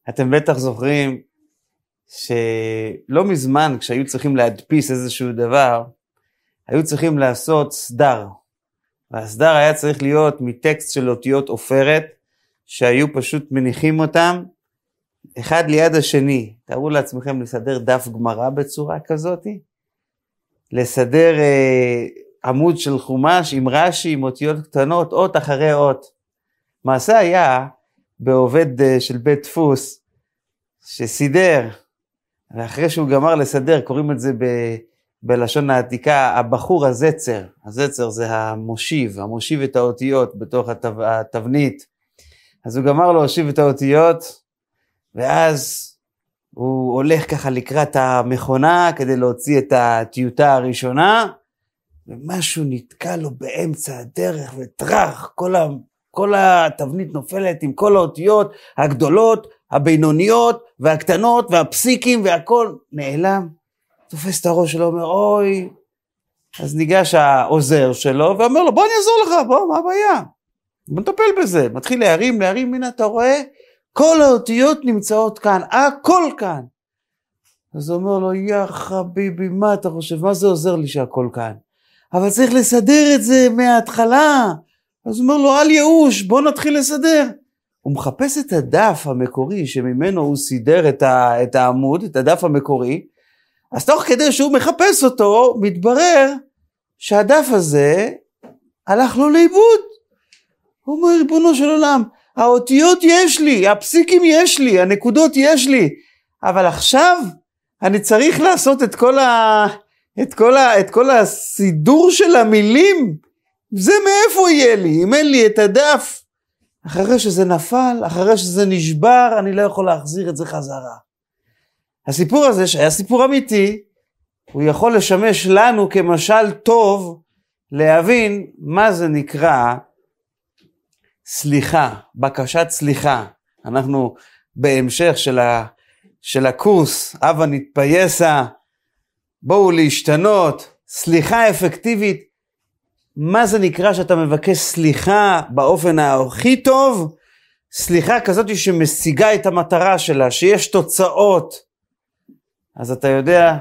אתם בטח זוכרים שלא מזמן כשהיו צריכים להדפיס איזשהו דבר, היו צריכים לעשות סדר. והסדר היה צריך להיות מטקסט של אותיות עופרת, שהיו פשוט מניחים אותם, אחד ליד השני. תארו לעצמכם לסדר דף גמרא בצורה כזאת, לסדר עמוד של חומש עם רש"י, עם אותיות קטנות, אות אחרי אות. מעשה היה בעובד של בית דפוס, שסידר, ואחרי שהוא גמר לסדר, קוראים את זה בלשון העתיקה, הבחור הזצר. הזצר זה המושיב את האותיות בתוך התבנית. אז הוא גמר להושיב את האותיות, ואז הוא הולך ככה לקראת המכונה, כדי להוציא את הטיוטה הראשונה, ומשהו נתקע לו באמצע הדרך, וטרח, כל התבנית נופלת עם כל האותיות הגדולות, הבינוניות, והקטנות, והפסיקים, והכל נעלם. תופס את הראש שלו, אומר, אוי. אז ניגש העוזר שלו, ואומר לו, בוא אני אעזור לך, בוא, מה הבעיה? בוא נטפל בזה. מתחיל להרים, הנה אתה רואה, כל האותיות נמצאות כאן, הכל כאן. אז הוא אומר לו, יא חביבי, מה אתה חושב? מה זה עוזר לי שהכל כאן? אבל צריך לסדר את זה מההתחלה. אז הוא אומר לו, אל ייאוש, בוא נתחיל לסדר. הוא מחפש את הדף המקורי, שממנו הוא סידר את העמוד, את הדף המקורי, אז תוך כדי שהוא מחפש אותו, מתברר שהדף הזה הלך לו לאיבוד. הוא אומר, ריבונו של עולם, האותיות יש לי, הפסיקים יש לי, הנקודות יש לי, אבל עכשיו אני צריך לעשות את כל הסידור של המילים, זה מאיפה יהיה לי? אם אין לי את הדף, אחרי שזה נפל, אחרי שזה נשבר, אני לא יכול להחזיר את זה חזרה. הסיפור הזה שהיה סיפור אמיתי, הוא יכול לשמש לנו כמשל טוב, להבין מה זה נקרא סליחה, בקשת סליחה. אנחנו בהמשך של הקורס, אבא נתפייסה, בואו להשתנות, סליחה אפקטיבית. מה זה נקרא שאתה מבקש סליחה באופן הכי טוב? סליחה כזאת שמשיגה את המטרה שלה, שיש תוצאות. אז אתה יודע,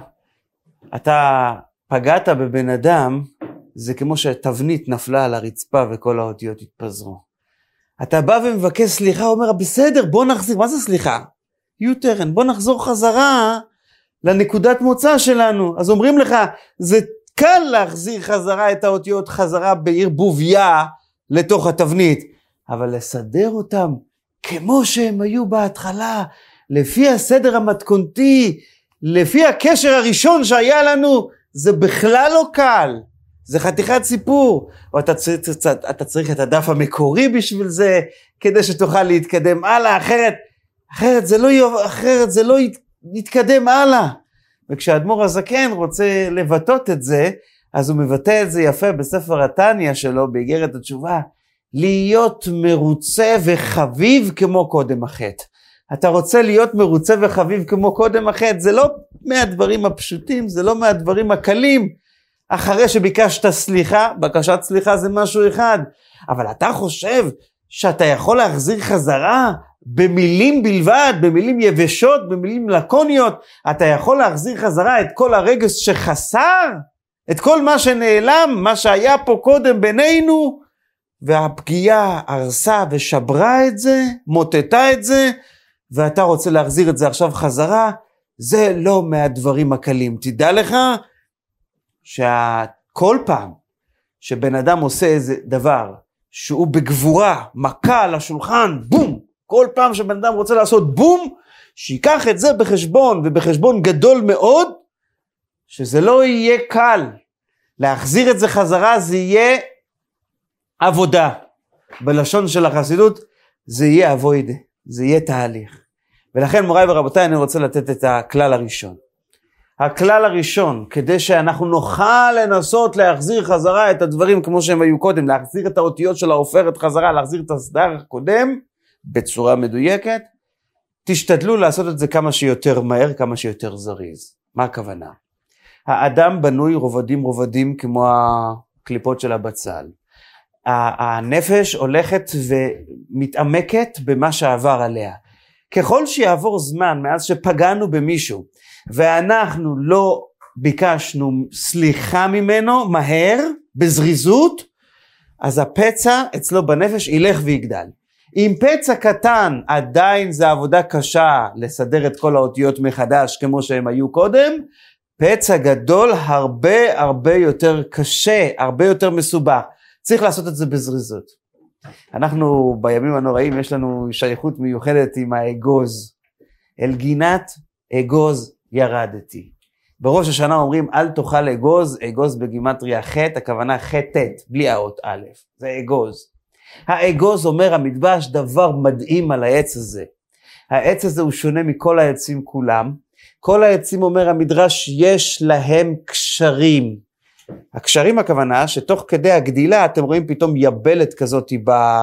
אתה פגעת בבן אדם, זה כמו שהתבנית נפלה על הרצפה וכל האותיות התפזרו. אתה בא ומבקש סליחה, אומר, בסדר, בוא נחזיר, מה זה סליחה? יוטרן, בוא נחזור חזרה לנקודת מוצא שלנו. אז אומרים לך, זה קל להחזיר חזרה את האותיות חזרה בערבוביה לתוך התבנית, אבל לסדר אותם כמו שהם היו בהתחלה, לפי הסדר המתכונתי, לפי הקשר הראשון שהיה לנו, זה בכלל לא קל. זה חתיכת סיפור, או אתה צריך את הדף המקורי בשביל זה, כדי שתוכל להתקדם הלאה, אחרת זה לא יתקדם הלאה. וכשהאדמו"ר הזקן רוצה לבטאות את זה, אז הוא מבטא את זה יפה בספר התניא שלו, באיגרת התשובה, להיות מרוצה וחביב כמו קודם החטא. אתה רוצה להיות מרוצה וחביב כמו קודם החטא, זה לא מהדברים הפשוטים, זה לא מהדברים הקלים. אחרי שביקשת סליחה, בקשת סליחה זה משהו אחד, אבל אתה חושב שאתה יכול להחזיר חזרה במילים בלבד, במילים יבשות, במילים לקוניות, אתה יכול להחזיר חזרה את כל הרגש שחסר, את כל מה שנעלם, מה שהיה פה קודם בינינו, והפגיעה הרסה ושברה את זה, מוטטה את זה, ואתה רוצה להחזיר את זה עכשיו חזרה, זה לא מהדברים הקלים. תדע לך שכל פעם שבן אדם עושה איזה דבר, שהוא בגבורה, מכה על השולחן, בום, כל פעם שבן אדם רוצה לעשות בום, שיקח את זה בחשבון, ובחשבון גדול מאוד, שזה לא יהיה קל. להחזיר את זה חזרה, זה יהיה עבודה. בלשון של החסידות, זה יהיה עבודה, זה יהיה תהליך. ולכן מוריי ורבותיי, אני רוצה לתת את הכלל הראשון. הכלל הראשון, כדי שאנחנו נוכל לנסות להחזיר חזרה את הדברים כמו שהם היו קודם, להחזיר את האותיות של העופרת חזרה, להחזיר את הסדר הקודם, בצורה מדויקת, תשתדלו לעשות את זה כמה שיותר מהר, כמה שיותר זריז. מה הכוונה? האדם בנוי רובדים כמו הקליפות של הבצל. הנפש הולכת ומתעמקת במה שעבר עליה. ככל שיעבור זמן מאז שפגענו במישהו, ואנחנו לא ביקשנו סליחה ממנו מהר, בזריזות, אז הפצע אצלו בנפש ילך ויגדל. אם פצע קטן עדיין זה עבודה קשה לסדר את כל האותיות מחדש כמו שהם היו קודם, פצע גדול הרבה יותר קשה, הרבה יותר מסובך. צריך לעשות את זה בזריזות. אנחנו בימים הנוראים יש לנו שייכות מיוחדת עם האגוז. אל גינת אגוז ירדתי. בראש השנה אומרים אל תאכל אגוז, אגוז בגימטריה ח', הכוונה ח' בלי האות א', זה אגוז. האגוז אומר המדבש דבר מדהים על העץ הזה. העץ הזה הוא שונה מכל העצים כולם. כל העצים אומר המדרש יש להם קשרים. הקשרים הכוונה שתוך כדי הגדילה אתם רואים פתאום יבלת כזאת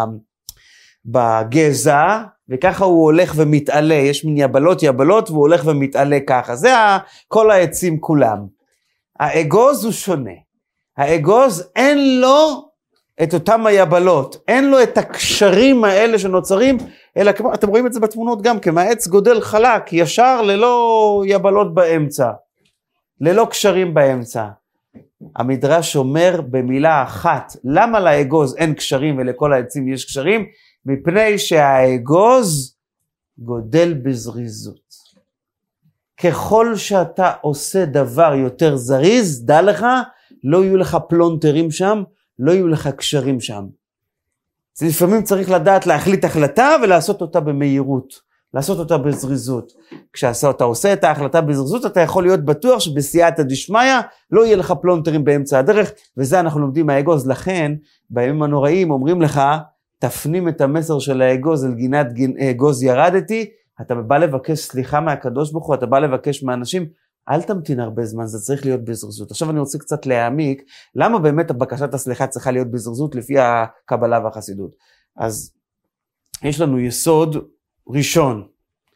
בגזע, וככה הוא הולך ומתעלה, יש מין יבלות והוא הולך ומתעלה ככה, זה כל העצים כולם. האגוז הוא שונה, האגוז אין לו את אותם היבלות, אין לו את הקשרים האלה שנוצרים, אלא כמו, אתם רואים את זה בתמונות גם, כי העץ גודל חלק, ישר ללא יבלות באמצע, ללא קשרים באמצע. המדרש אומר במילה אחת, למה לאגוז אין קשרים ולכל העצים יש קשרים? מפני שהאגוז גודל בזריזות. ככל שאתה עושה דבר יותר זריז, דע לך, לא יהיו לך פלונטרים שם, לא יהיו לך קשרים שם. זה לפעמים צריך לדעת להחליט החלטה ולעשות אותה במהירות, לעשות אותה בזריזות. כשאתה עושה את ההחלטה בזריזות, אתה יכול להיות בטוח שבסייעתא דשמיא לא יהיה לך פלונטרים באמצע הדרך, וזה אנחנו לומדים מהאגוז. לכן, בימים הנוראים אומרים לך, תפנים את המסר של האגוז אל גינת אגוז ירדתי, אתה בא לבקש סליחה מהקדוש ברוך הוא, אתה בא לבקש מאנשים, אל תמתין הרבה זמן, זה צריך להיות בזריזות. עכשיו אני רוצה קצת להעמיק, למה באמת הבקשת הסליחה צריכה להיות בזריזות לפי הקבלה והחסידות? אז יש לנו יסוד ראשון,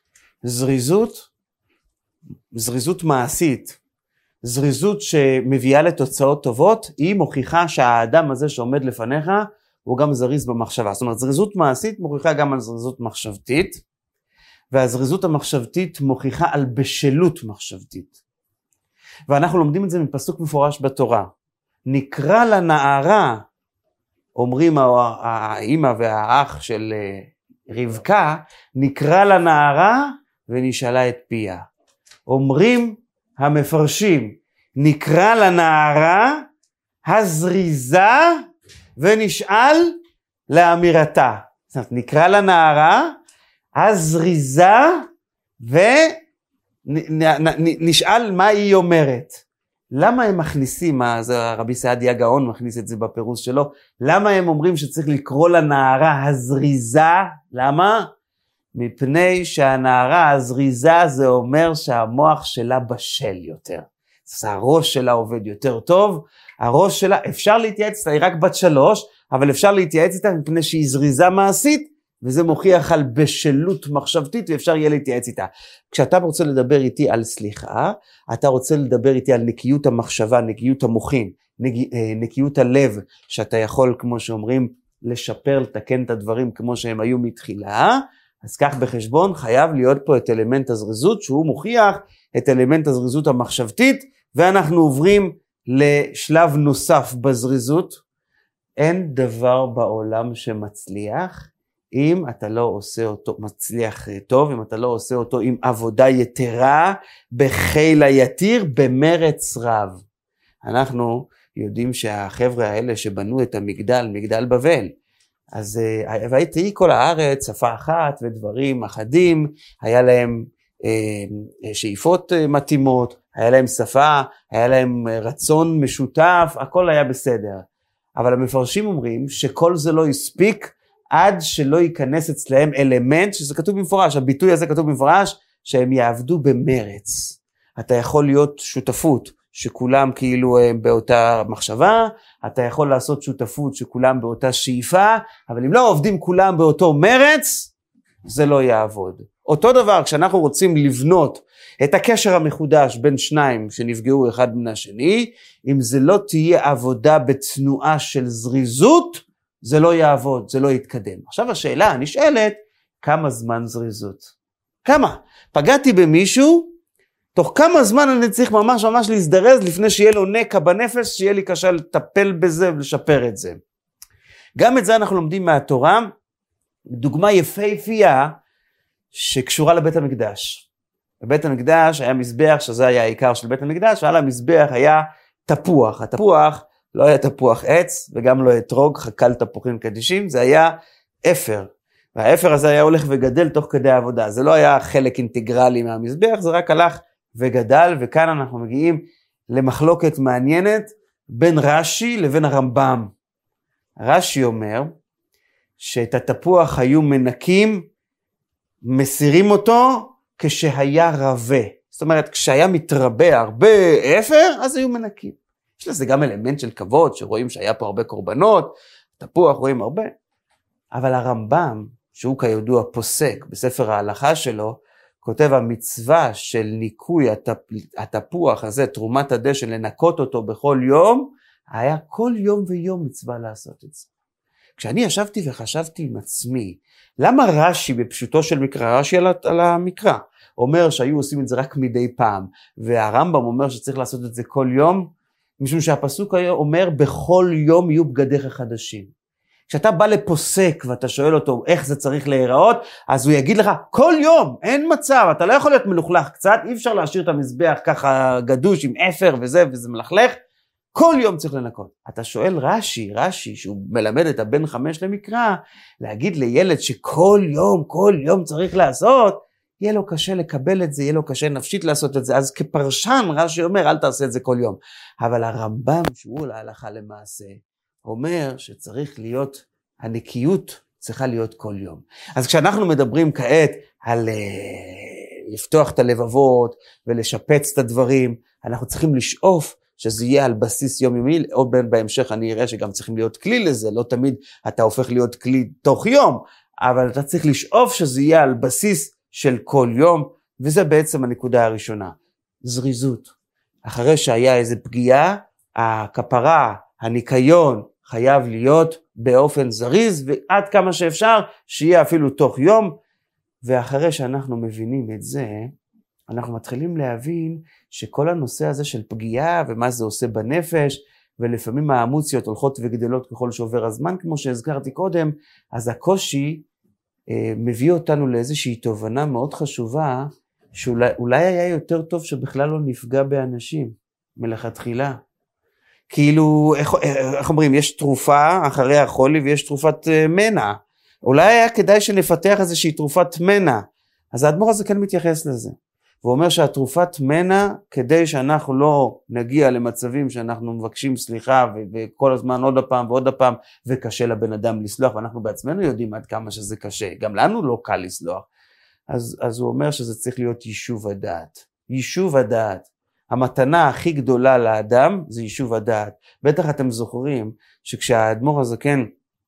זריזות מעשית, זריזות שמביאה לתוצאות טובות, היא מוכיחה שהאדם הזה שעומד לפניך, הוא גם זריז במחשבה. זאת אומרת, זריזות מעשית מוכיחה גם על זריזות מחשבתית, והזריזות המחשבתית מוכיחה על בשלות מחשבתית. ואנחנו לומדים את זה מפסוק מפורש בתורה. נקרא לנערה, אומרים האמא והאח של רבקה, נקרא לנערה ונשאלה את פיה. אומרים המפרשים, נקרא לנערה הזריזה ונשאל לאמירתה. זאת אומרת, נקרא לנערה הזריזה ונשאל מה היא אומרת. למה הם מכניסים, רבי סעדיה גאון מכניס את זה בפירוש שלו, למה הם אומרים שצריך לקרוא לנערה הזריזה? למה? מפני שהנערה הזריזה זה אומר שהמוח שלה בשל יותר. אז הראש שלה עובד יותר טוב, הראש שלה, אפשר להתייעץ איתה, היא רק בת 3, אבל אפשר להתייעץ איתה מפני שהיא זריזה מעשית, וזה מוכיח על בשלות מחשבתית, ואפשר יהיה להתייעץ איתה. כשאתה רוצה לדבר איתי על סליחה, אתה רוצה לדבר איתי על נקיות המחשבה, נקיות המוחין, נקיות הלב, שאתה יכול, כמו שאומרים, לשפר, לתקן את הדברים כמו שהם היו מתחילה, אז כך בחשבון, חייב להיות פה את אלמנט הזריזות, שהוא מוכיח את אלמנט הזריזות המחשבתית, ואנחנו עוברים לשלב נוסף בזריזות. אין דבר בעולם שמצליח, אם אתה לא עושה אותו מצליח טוב, אם אתה לא עושה אותו עם עבודה יתרה, בחיל היתיר, במרץ רב. אנחנו יודעים שהחבר'ה האלה שבנו את המגדל, מגדל בבל, אז והייתי כל הארץ, שפה אחת ודברים אחדים, היה להם שאיפות מתאימות, היה להם שפה, היה להם רצון משותף, הכל היה בסדר. אבל המפרשים אומרים שכל זה לא הספיק, עד שלא ייכנס אצלהם אלמנט, שזה כתוב במפורש, הביטוי הזה כתוב במפורש, שהם יעבדו במרץ. אתה יכול להיות שותפות, שכולם כאילו באותה מחשבה, אתה יכול לעשות שותפות שכולם באותה שאיפה, אבל אם לא עובדים כולם באותו מרץ, זה לא יעבוד. אותו דבר, כשאנחנו רוצים לבנות את הקשר המחודש בין שניים שנפגעו אחד מן השני, אם זה לא תהיה עבודה בתנועה של זריזות, זה לא יעבוד, זה לא יתקדם. עכשיו השאלה הנשאלת, כמה זמן זריזות? כמה? פגעתי במישהו, תוך כמה זמן אני צריך ממש להזדרז לפני שיהיה לו נקע בנפש, שיהיה לי קשה לטפל בזה ולשפר את זה. גם את זה אנחנו לומדים מהתורה, דוגמה יפהפייה שקשורה לבית המקדש. בבית המקדש היה מזבח, שזה היה העיקר של בית המקדש, ועל המזבח היה תפוח. התפוח לא היה תפוח עץ וגם לא אתרוג, חקל תפוחים קדישים, זה היה אפר. והאפר הזה היה הולך וגדל תוך כדי העבודה. זה לא היה חלק אינטגרלי מהמזבח, זה רק הלך וגדל, וכאן אנחנו מגיעים למחלוקת מעניינת בין רש"י לבין הרמב"ם. רש"י אומר שאת התפוח היו מנקים, מסירים אותו כשהיה רבה. זאת אומרת, כשהיה מתרבה הרבה אפר, אז היו מנקים. יש לזה גם אלמנט של כבוד, שרואים שהיה פה הרבה קורבנות, תפוח רואים הרבה. אבל הרמב"ם, שהוא כידוע פוסק בספר ההלכה שלו, כותב המצווה של ניקוי התפוח הזה, תרומת הדשן, לנקות אותו בכל יום, היה כל יום ויום מצווה לעשות את זה. כשאני ישבתי וחשבתי עם עצמי, למה רש"י בפשוטו של מקרא, רש"י על המקרא, אומר שהיו עושים את זה רק מדי פעם, והרמב"ם אומר שצריך לעשות את זה כל יום, משום שהפסוק אומר בכל יום יהיו בגדיך חדשים. כשאתה בא לפוסק ואתה שואל אותו איך זה צריך להיראות, אז הוא יגיד לך כל יום, אין מצב, אתה לא יכול להיות מלוכלך קצת, אי אפשר להשאיר את המזבח ככה גדוש עם אפר וזה מלכלך, כל יום צריך לנקות. אתה שואל רש"י שהוא מלמד את הבן 5 למקרא, להגיד לילד שכל יום צריך לעשות, יהיה לו קשה לקבל את זה, יהיה לו קשה נפשית לעשות את זה, אז כפרשן רש"י אומר אל תעשה את זה כל יום. אבל הרמב"ם שהוא להלכה למעשה, אומר שצריך להיות, הנקיות צריכה להיות כל יום. אז כשאנחנו מדברים כעת על לפתוח את הלבבות ולשפץ את הדברים, אנחנו צריכים לשאוף שזה יהיה על בסיס יומיומי, עוד בהמשך אני אראה שגם צריכים להיות כלי לזה, לא תמיד אתה הופך להיות כלי תוך יום, אבל אתה צריך לשאוף שזה יהיה על בסיס של כל יום, וזה בעצם הנקודה הראשונה, זריזות. אחרי שהיה איזה פגיעה, הכפרה, הניקיון, חייב להיות באופן זריז, ועד כמה שאפשר, שיהיה אפילו תוך יום, ואחרי שאנחנו מבינים את זה, אנחנו מתחילים להבין שכל הנושא הזה של פגיעה, ומה זה עושה בנפש, ולפעמים האמוציות הולכות וגדלות ככל שעובר הזמן, כמו שהזכרתי קודם, אז הקושי מביא אותנו לאיזושהי תובנה מאוד חשובה, שאולי היה יותר טוב שבכלל לא נפגע באנשים, מלכתחילה. כאילו, איך אומרים, יש תרופה אחרי החולי ויש תרופת מנע. אולי היה כדאי שנפתח איזושהי תרופת מנע. אז האדמו"ר הזה כן מתייחס לזה. והוא אומר שהתרופת מנע, כדי שאנחנו לא נגיע למצבים שאנחנו מבקשים סליחה, וכל הזמן עוד הפעם ועוד הפעם, וקשה לבן אדם לסלוח, ואנחנו בעצמנו יודעים עד כמה שזה קשה. גם לנו לא קל לסלוח. אז הוא אומר שזה צריך להיות יישוב הדעת. יישוב הדעת. המתנה הכי גדולה לאדם זה יישוב הדעת. בטח אתם זוכרים שכשהאדמו"ר הזקן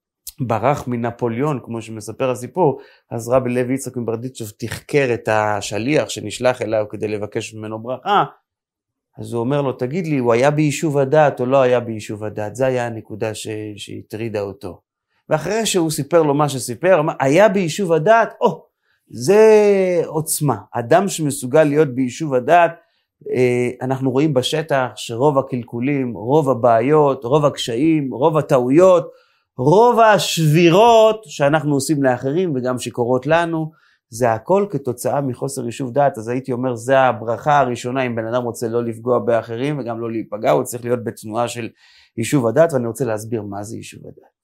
ברח מנפוליאון, כמו שמספר הסיפור, אז רבי לוי יצחק מברדיצ'ב תחקר את השליח שנשלח אליו כדי לבקש ממנו ברכה, אז הוא אומר לו, תגיד לי, הוא היה ביישוב הדעת או לא היה ביישוב הדעת? זה היה הנקודה שהטרידה אותו. ואחרי שהוא סיפר לו מה שסיפר, היה ביישוב הדעת, זה עוצמה. אדם שמסוגל להיות ביישוב הדעת, אנחנו רואים בשטח שרוב הקלקולים, רוב הבעיות, רוב הקשיים, רוב הטעויות, רוב השבירות שאנחנו עושים לאחרים וגם שקורות לנו, זה הכל כתוצאה מחוסר יישוב דעת. אז הייתי אומר, זה הברכה הראשונה, אם בן אדם רוצה לא לפגוע באחרים וגם לא להיפגע, הוא צריך להיות בתנועה של יישוב הדעת, ואני רוצה להסביר מה זה יישוב הדעת.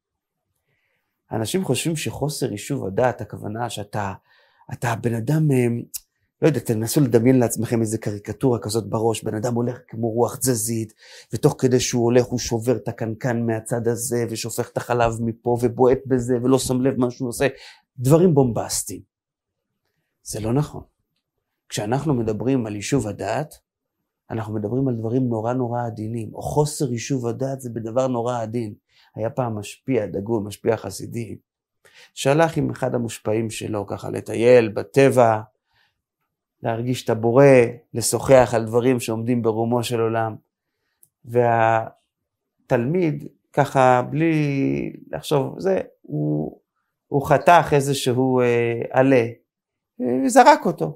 אנשים חושבים שחוסר יישוב הדעת, הכוונה שאתה בן אדם, לא יודע, תנסו לדמיין לעצמכם איזה קריקטורה כזאת בראש, בן אדם הולך כמו רוח תזזית, ותוך כדי שהוא הולך הוא שובר את הקנקן מהצד הזה, ושופך את החלב מפה, ובועט בזה, ולא שם לב מה שהוא עושה, דברים בומבסטיים. זה לא נכון. כשאנחנו מדברים על יישוב הדעת, אנחנו מדברים על דברים נורא נורא עדינים, או חוסר יישוב הדעת זה בדבר נורא עדין. היה פעם משפיע דגול, משפיע חסידי, שהלך עם אחד המושפעים שלו, ככה לטייל בטבע, להרגיש את הבורא, לשוחח על דברים שעומדים ברומו של עולם. והתלמיד, ככה בלי לחשוב, הוא חתך איזשהו עלה, וזרק אותו.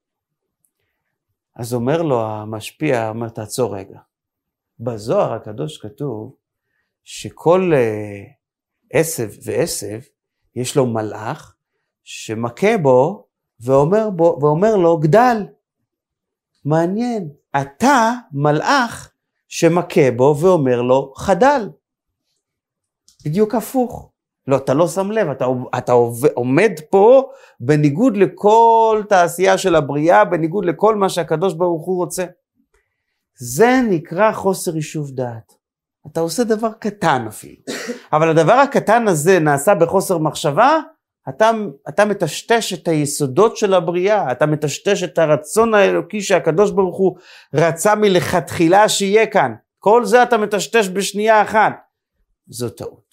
אז אומר לו המשפיע, אומר תעצור רגע. בזוהר הקדוש כתוב שכל עשב ועשב יש לו מלאך שמכה בו ואומר לו גדל. מעניין, אתה מלאך שמכה בו ואומר לו חדל. בדיוק הפוך. לא, אתה לא שם לב, אתה עומד פה בניגוד לכל תעשייה של הבריאה, בניגוד לכל מה שהקדוש ברוך הוא רוצה. זה נקרא חוסר יישוב דעת. אתה עושה דבר קטן אפילו. אבל הדבר הקטן הזה נעשה בחוסר מחשבה, אתה מטשטש את היסודות של הבריאה, אתה מטשטש את הרצון האלוקי שהקדוש ברוך הוא רצה מלכתחילה שיהיה כאן. כל זה אתה מטשטש בשנייה אחת. זו טעות.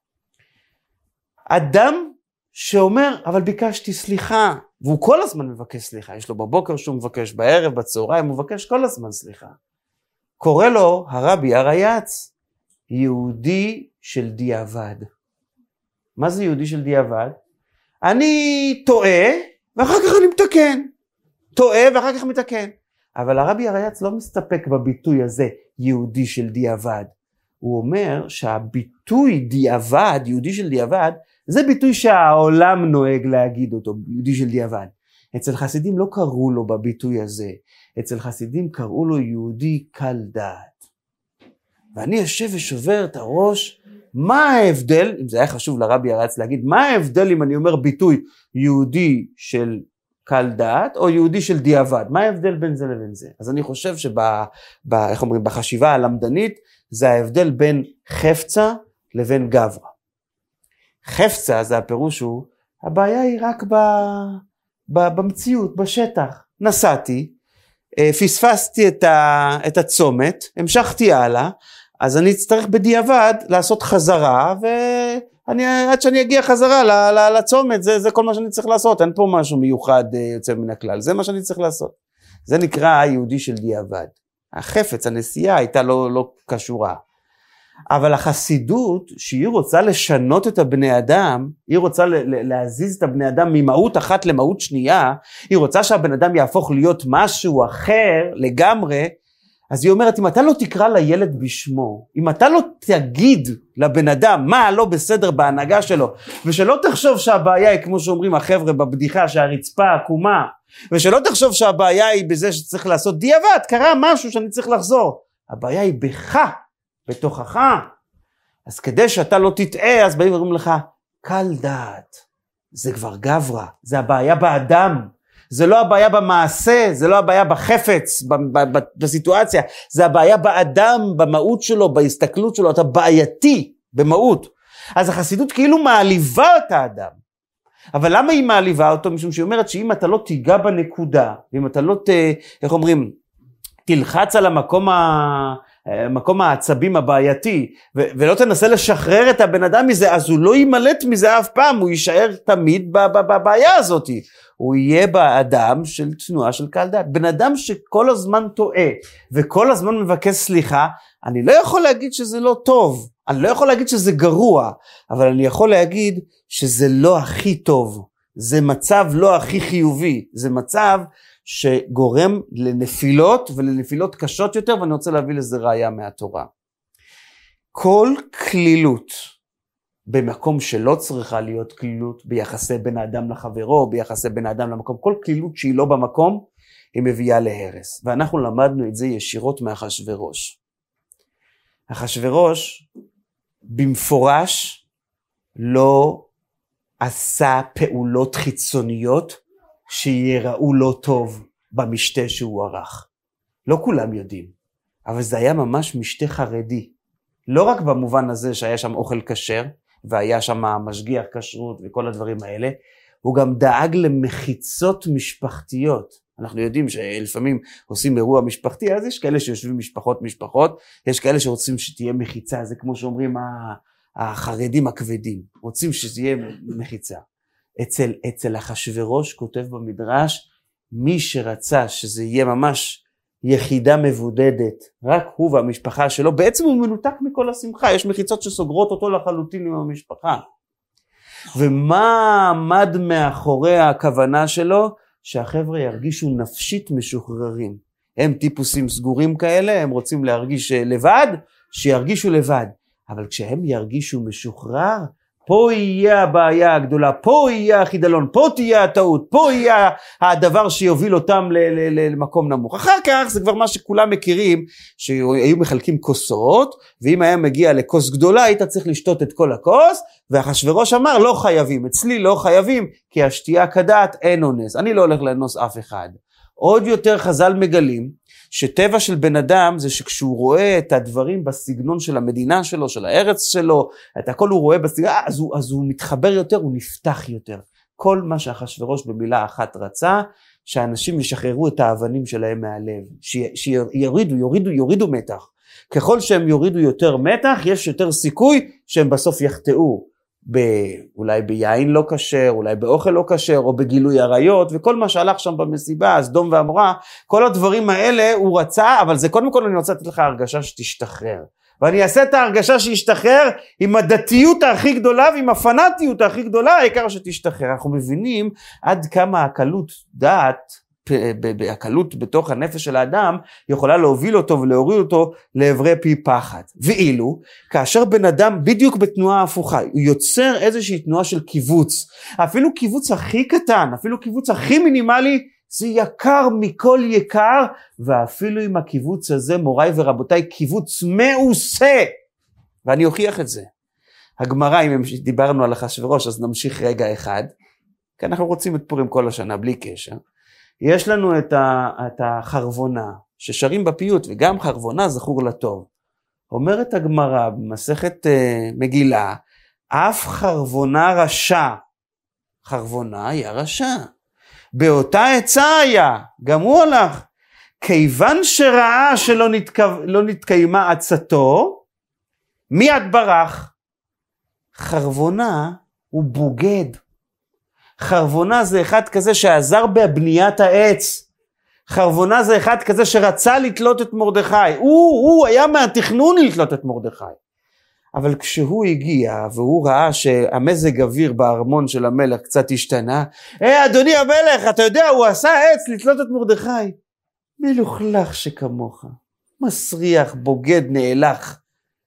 אדם שאומר, אבל ביקשתי סליחה, והוא כל הזמן מבקש סליחה, יש לו בבוקר שהוא מבקש, בערב, בצהריים, הוא מבקש כל הזמן סליחה. קורא לו הרבי הרייץ, יהודי של דיעבד. מה זה יהודי של דיעבד? אני טועה, ואחר כך אני מתקן. טועה, ואחר כך מתקן. אבל הרבי הרייץ לא מסתפק בביטוי הזה, יהודי של דיעבד. הוא אומר שהביטוי דיעבד, יהודי של דיעבד, זה ביטוי שהעולם נוהג להגיד אותו, יהודי של דיעבד. אצל חסידים לא קראו לו בביטוי הזה, אצל חסידים קראו לו יהודי קל דעת. ואני יושב ושובר את הראש, מה ההבדל, אם זה היה חשוב לרבי הרייץ להגיד, מה ההבדל אם אני אומר ביטוי יהודי של קל דעת, או יהודי של דיעבד, מה ההבדל בין זה לבין זה? אז אני חושב איך אומרים, בחשיבה הלמדנית, זה ההבדל בין חפצה לבין גברא. חפצה זה הפירוש הוא, הבעיה היא רק במציאות, בשטח. נסעתי, פספסתי את הצומת, המשכתי הלאה, אז אני אצטרך בדיעבד לעשות חזרה, עד שאני אגיע חזרה לצומת, זה כל מה שאני צריך לעשות, אין פה משהו מיוחד יוצא מן הכלל, זה מה שאני צריך לעשות. זה נקרא היהודי של דיעבד. החפץ, הנסיעה הייתה לא קשורה. אבל החסידות, שהיא רוצה לשנות את הבני אדם, היא רוצה להזיז את הבני אדם ממהות אחת למהות שנייה, היא רוצה שהבן אדם יהפוך להיות משהו אחר לגמרי, אז היא אומרת, אם אתה לא תקרא לילד בשמו, אם אתה לא תגיד לבן אדם מה לא בסדר בהנהגה שלו, ושלא תחשוב שהבעיה היא כמו שאומרים החבר'ה בבדיחה שהרצפה עקומה, ושלא תחשוב שהבעיה היא בזה שצריך לעשות דיעבד, קרה משהו שאני צריך לחזור. הבעיה היא בך, בתוכך. אז כדי שאתה לא תטעה, אז באים ואומרים לך, קל דעת. זה כבר גברא, זה הבעיה באדם. זה לא הבעיה במעשה, זה לא הבעיה בחפץ, בסיטואציה. זה הבעיה באדם, במהות שלו, בהסתכלות שלו. אתה בעייתי במהות. אז החסידות כאילו מעליבה את האדם. אבל למה היא מעליבה אותו? משום שהיא אומרת שאם אתה לא תיגע בנקודה, ואם אתה לא, איך אומרים, תלחץ על מקום העצבים הבעייתי, ולא תנסה לשחרר את הבן אדם מזה, אז הוא לא יימלט מזה אף פעם, הוא יישאר תמיד בבעיה הזאת. הוא יהיה באדם של תנועה של קל דעת. בן אדם שכל הזמן טועה, וכל הזמן מבקש סליחה, אני לא יכול להגיד שזה לא טוב, אני לא יכול להגיד שזה גרוע, אבל אני יכול להגיד שזה לא הכי טוב, זה מצב לא הכי חיובי, זה מצב שגורם לנפילות ולנפילות קשות יותר, ואני רוצה להביא לזה ראיה מהתורה. כל כלילות במקום שלא צריכה להיות כלילות, ביחסי בין האדם לחברו, ביחסי בין האדם למקום, כל כלילות שהיא לא במקום, היא מביאה להרס. ואנחנו למדנו את זה ישירות מאחשוורוש. אחשוורוש במפורש לא עשה פעולות חיצוניות שיראו לא טוב במשתה שהוא ערך. לא כולם יודעים, אבל זה היה ממש משתה חרדי. לא רק במובן הזה שהיה שם אוכל כשר, והיה שם משגיח כשרות וכל הדברים האלה, הוא גם דאג למחיצות משפחתיות. אנחנו יודעים שלפעמים עושים אירוע משפחתי, אז יש כאלה שיושבים משפחות, יש כאלה שרוצים שתהיה מחיצה, זה כמו שאומרים החרדים הכבדים, רוצים שתהיה מחיצה. אצל אחשוורוש כותב במדרש, מי שרצה שזה יהיה ממש יחידה מבודדת, רק הוא והמשפחה שלו, בעצם הוא מנותק מכל השמחה, יש מחיצות שסוגרות אותו לחלוטין עם המשפחה. ומה עמד מאחורי הכוונה שלו? שהחבר'ה ירגישו נפשית משוחררים. הם טיפוסים סגורים כאלה, הם רוצים להרגיש לבד, שירגישו לבד. אבל כשהם ירגישו משוחרר, פה יהיה הבעיה הגדולה, פה יהיה החידלון, פה תהיה הטעות, פה יהיה הדבר שיוביל אותם למקום נמוך. אחר כך זה כבר מה שכולם מכירים, שהיו מחלקים כוסות, ואם היה מגיע לכוס גדולה, היית צריך לשתות את כל הכוס, ואחשוורוש אמר לא חייבים, אצלי לא חייבים, כי השתייה כדעת אין אונס, אני לא הולך לאנוס אף אחד. עוד יותר חז"ל מגלים, שטבע של בן אדם זה שכשהוא רואה את הדברים בסגנון של המדינה שלו, של הארץ שלו, את הכל הוא רואה בסגנון, אז הוא מתחבר יותר, הוא נפתח יותר. כל מה שאחשוורוש במילה אחת רצה, שאנשים ישחררו את האבנים שלהם מהלב, שיורידו מתח. ככל שהם יורידו יותר מתח, יש יותר סיכוי שהם בסוף יחטאו. אולי ביין לא כשר, אולי באוכל לא כשר, או בגילוי עריות, וכל מה שהלך שם במסיבה, סדום ועמורה, כל הדברים האלה הוא רצה, אבל זה קודם כל אני רוצה לתת לך הרגשה שתשתחרר. ואני אעשה את ההרגשה שישתחרר עם הדתיות הכי גדולה, ועם הפנאטיות הכי גדולה, העיקר שתשתחרר. אנחנו מבינים עד כמה הקלות דעת, הקלות בתוך הנפש של האדם, יכולה להוביל אותו ולהוריד אותו לעברי פי פחד. ואילו, כאשר בן אדם בדיוק בתנועה הפוכה, הוא יוצר איזושהי תנועה של קיבוץ, אפילו קיבוץ הכי קטן, אפילו קיבוץ הכי מינימלי, זה יקר מכל יקר, ואפילו עם הקיבוץ הזה, מוריי ורבותיי, קיבוץ מעושה, ואני אוכיח את זה. הגמרא, אם דיברנו על אחשוורוש, אז נמשיך רגע אחד, כי אנחנו רוצים את פורים כל השנה, בלי קשר. יש לנו את החרבונה, ששרים בפיוט, וגם חרבונה זכור לטוב. אומרת הגמרא במסכת מגילה, אף חרבונה רשע, חרבונה היה רשע. באותה עצה היה, גם הוא הלך, כיוון שראה שלא נתקיימה עצתו, מיד ברח. חרבונה הוא בוגד. חרבונה זה אחד כזה שעזר בבניית העץ. חרבונה זה אחד כזה שרצה לתלות את מרדכי. הוא היה מהתכנון לתלות את מרדכי. אבל כשהוא הגיע והוא ראה שהמזג אוויר בארמון של המלך קצת השתנה, אדוני המלך, אתה יודע, הוא עשה עץ לתלות את מרדכי. מלוכלך שכמוך, מסריח, בוגד, נאלח.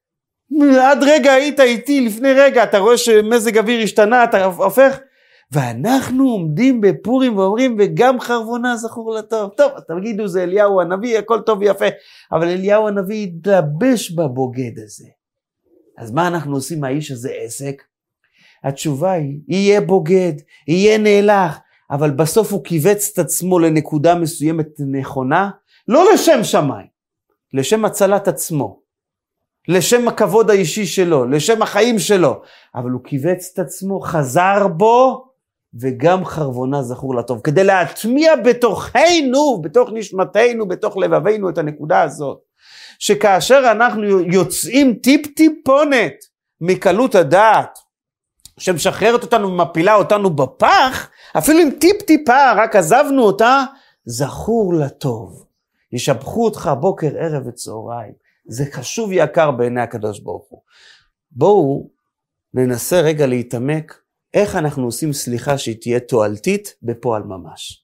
עד רגע היית איתי, לפני רגע, אתה רואה שמזג אוויר השתנה, אתה הופך, ואנחנו עומדים בפורים ואומרים, וגם חרבונה זכור לטוב. טוב, תגידו, זה אליהו הנביא, הכל טוב ויפה, אבל אליהו הנביא יתלבש בבוגד הזה. אז מה אנחנו עושים מהאיש הזה עסק? התשובה היא, יהיה בוגד, יהיה נאלח, אבל בסוף הוא קיבץ את עצמו לנקודה מסוימת נכונה, לא לשם שמיים, לשם הצלת עצמו, לשם הכבוד האישי שלו, לשם החיים שלו, אבל הוא קיבץ את עצמו, חזר בו, וגם חרבונה זכור לטוב, כדי להטמיע בתוכנו, בתוך נשמתנו, בתוך לבבינו את הנקודה הזאת, שכאשר אנחנו יוצאים טיפ-טיפונת מקלות הדעת, שמשחררת אותנו ומפילה אותנו בפח, אפילו אם טיפ-טיפה רק עזבנו אותה, זכור לטוב. ישבחו אותך בוקר, ערב וצהריים. זה חשוב יקר בעיני הקדוש ברוך הוא. בואו ננסה רגע להתעמק, איך אנחנו עושים סליחה שהיא תהיה תועלתית בפועל ממש.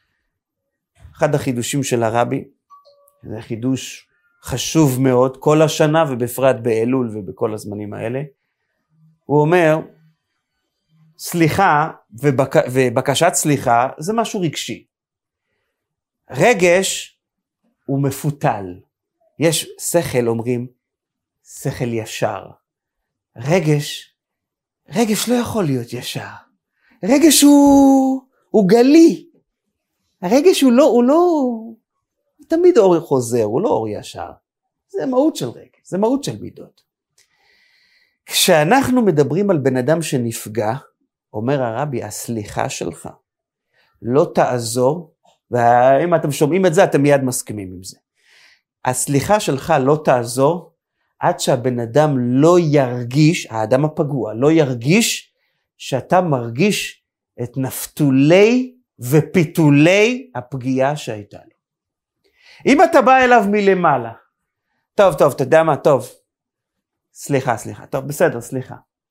אחד החידושים של הרבי, זה חידוש חשוב מאוד, כל השנה ובפרט באלול ובכל הזמנים האלה, הוא אומר, סליחה ובקשת סליחה זה משהו רגשי. רגש הוא מפותל. יש שכל, אומרים, שכל ישר. רגש לא יכול להיות ישר. רגש הוא גלי. הרגש הוא תמיד אור חוזר, הוא לא אור ישר. זה מהות של רגש, זה מהות של מידות. כשאנחנו מדברים על בן אדם שנפגע, אומר הרבי, הסליחה שלך לא תעזור, ואם אתם שומעים את זה, אתם מיד מסכימים עם זה. הסליחה שלך לא תעזור, עד שהבן אדם לא ירגיש, האדם הפגוע, לא ירגיש שאתה מרגיש את נפתולי ופיתולי הפגיעה שהייתה לו. אם אתה בא אליו מלמעלה, טוב, אתה יודע מה, טוב, סליחה, טוב, בסדר, סליחה.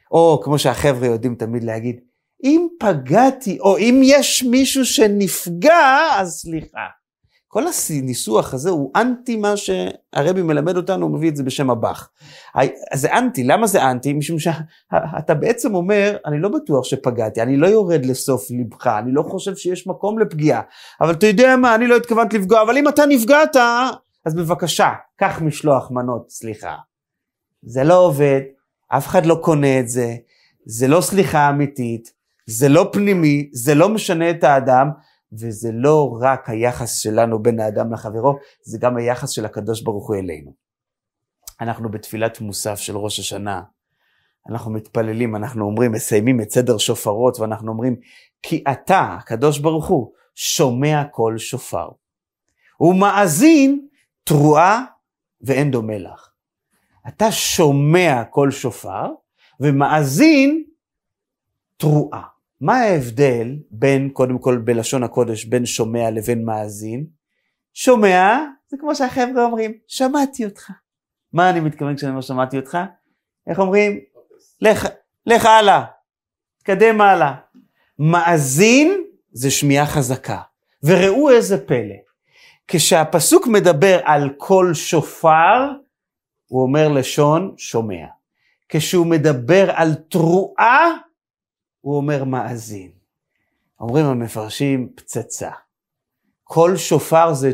או כמו שהחבר'ה יודעים תמיד להגיד, אם פגעתי, או אם יש מישהו שנפגע, אז סליחה. כל הניסוח הזה הוא אנטי מה שהרבי מלמד אותנו, הוא מביא את זה בשם הבח. זה אנטי, למה זה אנטי? משום שאתה בעצם אומר, אני לא בטוח שפגעתי, אני לא יורד לסוף לבך, אני לא חושב שיש מקום לפגיעה, אבל אתה יודע מה, אני לא התכוונת לפגוע, אבל אם אתה נפגעת, אז בבקשה, קח משלוח מנות, סליחה. זה לא עובד, אף אחד לא קונה את זה, זה לא סליחה אמיתית, זה לא פנימי, זה לא משנה את האדם, וזה לא רק היחס שלנו בין האדם לחברו, זה גם היחס של הקדוש ברוך הוא אלינו. אנחנו בתפילת מוסף של ראש השנה, אנחנו מתפללים, אנחנו אומרים, מסיימים את סדר שופרות, ואנחנו אומרים, כי אתה, הקדוש ברוך הוא, שומע כל שופר. הוא מאזין תרועה ואין דומה לך. אתה שומע כל שופר, ומאזין תרועה. מה ההבדל בין, קודם כל בלשון הקודש, בין שומע לבין מאזין? שומע, זה כמו שהחבר'ה אומרים, שמעתי אותך. מה אני מתכוון כשאני אומר שמעתי אותך? איך אומרים? לך הלאה, תקדם הלאה. מאזין זה שמיעה חזקה. וראו איזה פלא. כשהפסוק מדבר על כל שופר, הוא אומר לשון שומע. כשהוא מדבר על תרועה, הוא אומר מאזין. אומרים המפרשים פצצה. כל שופר זה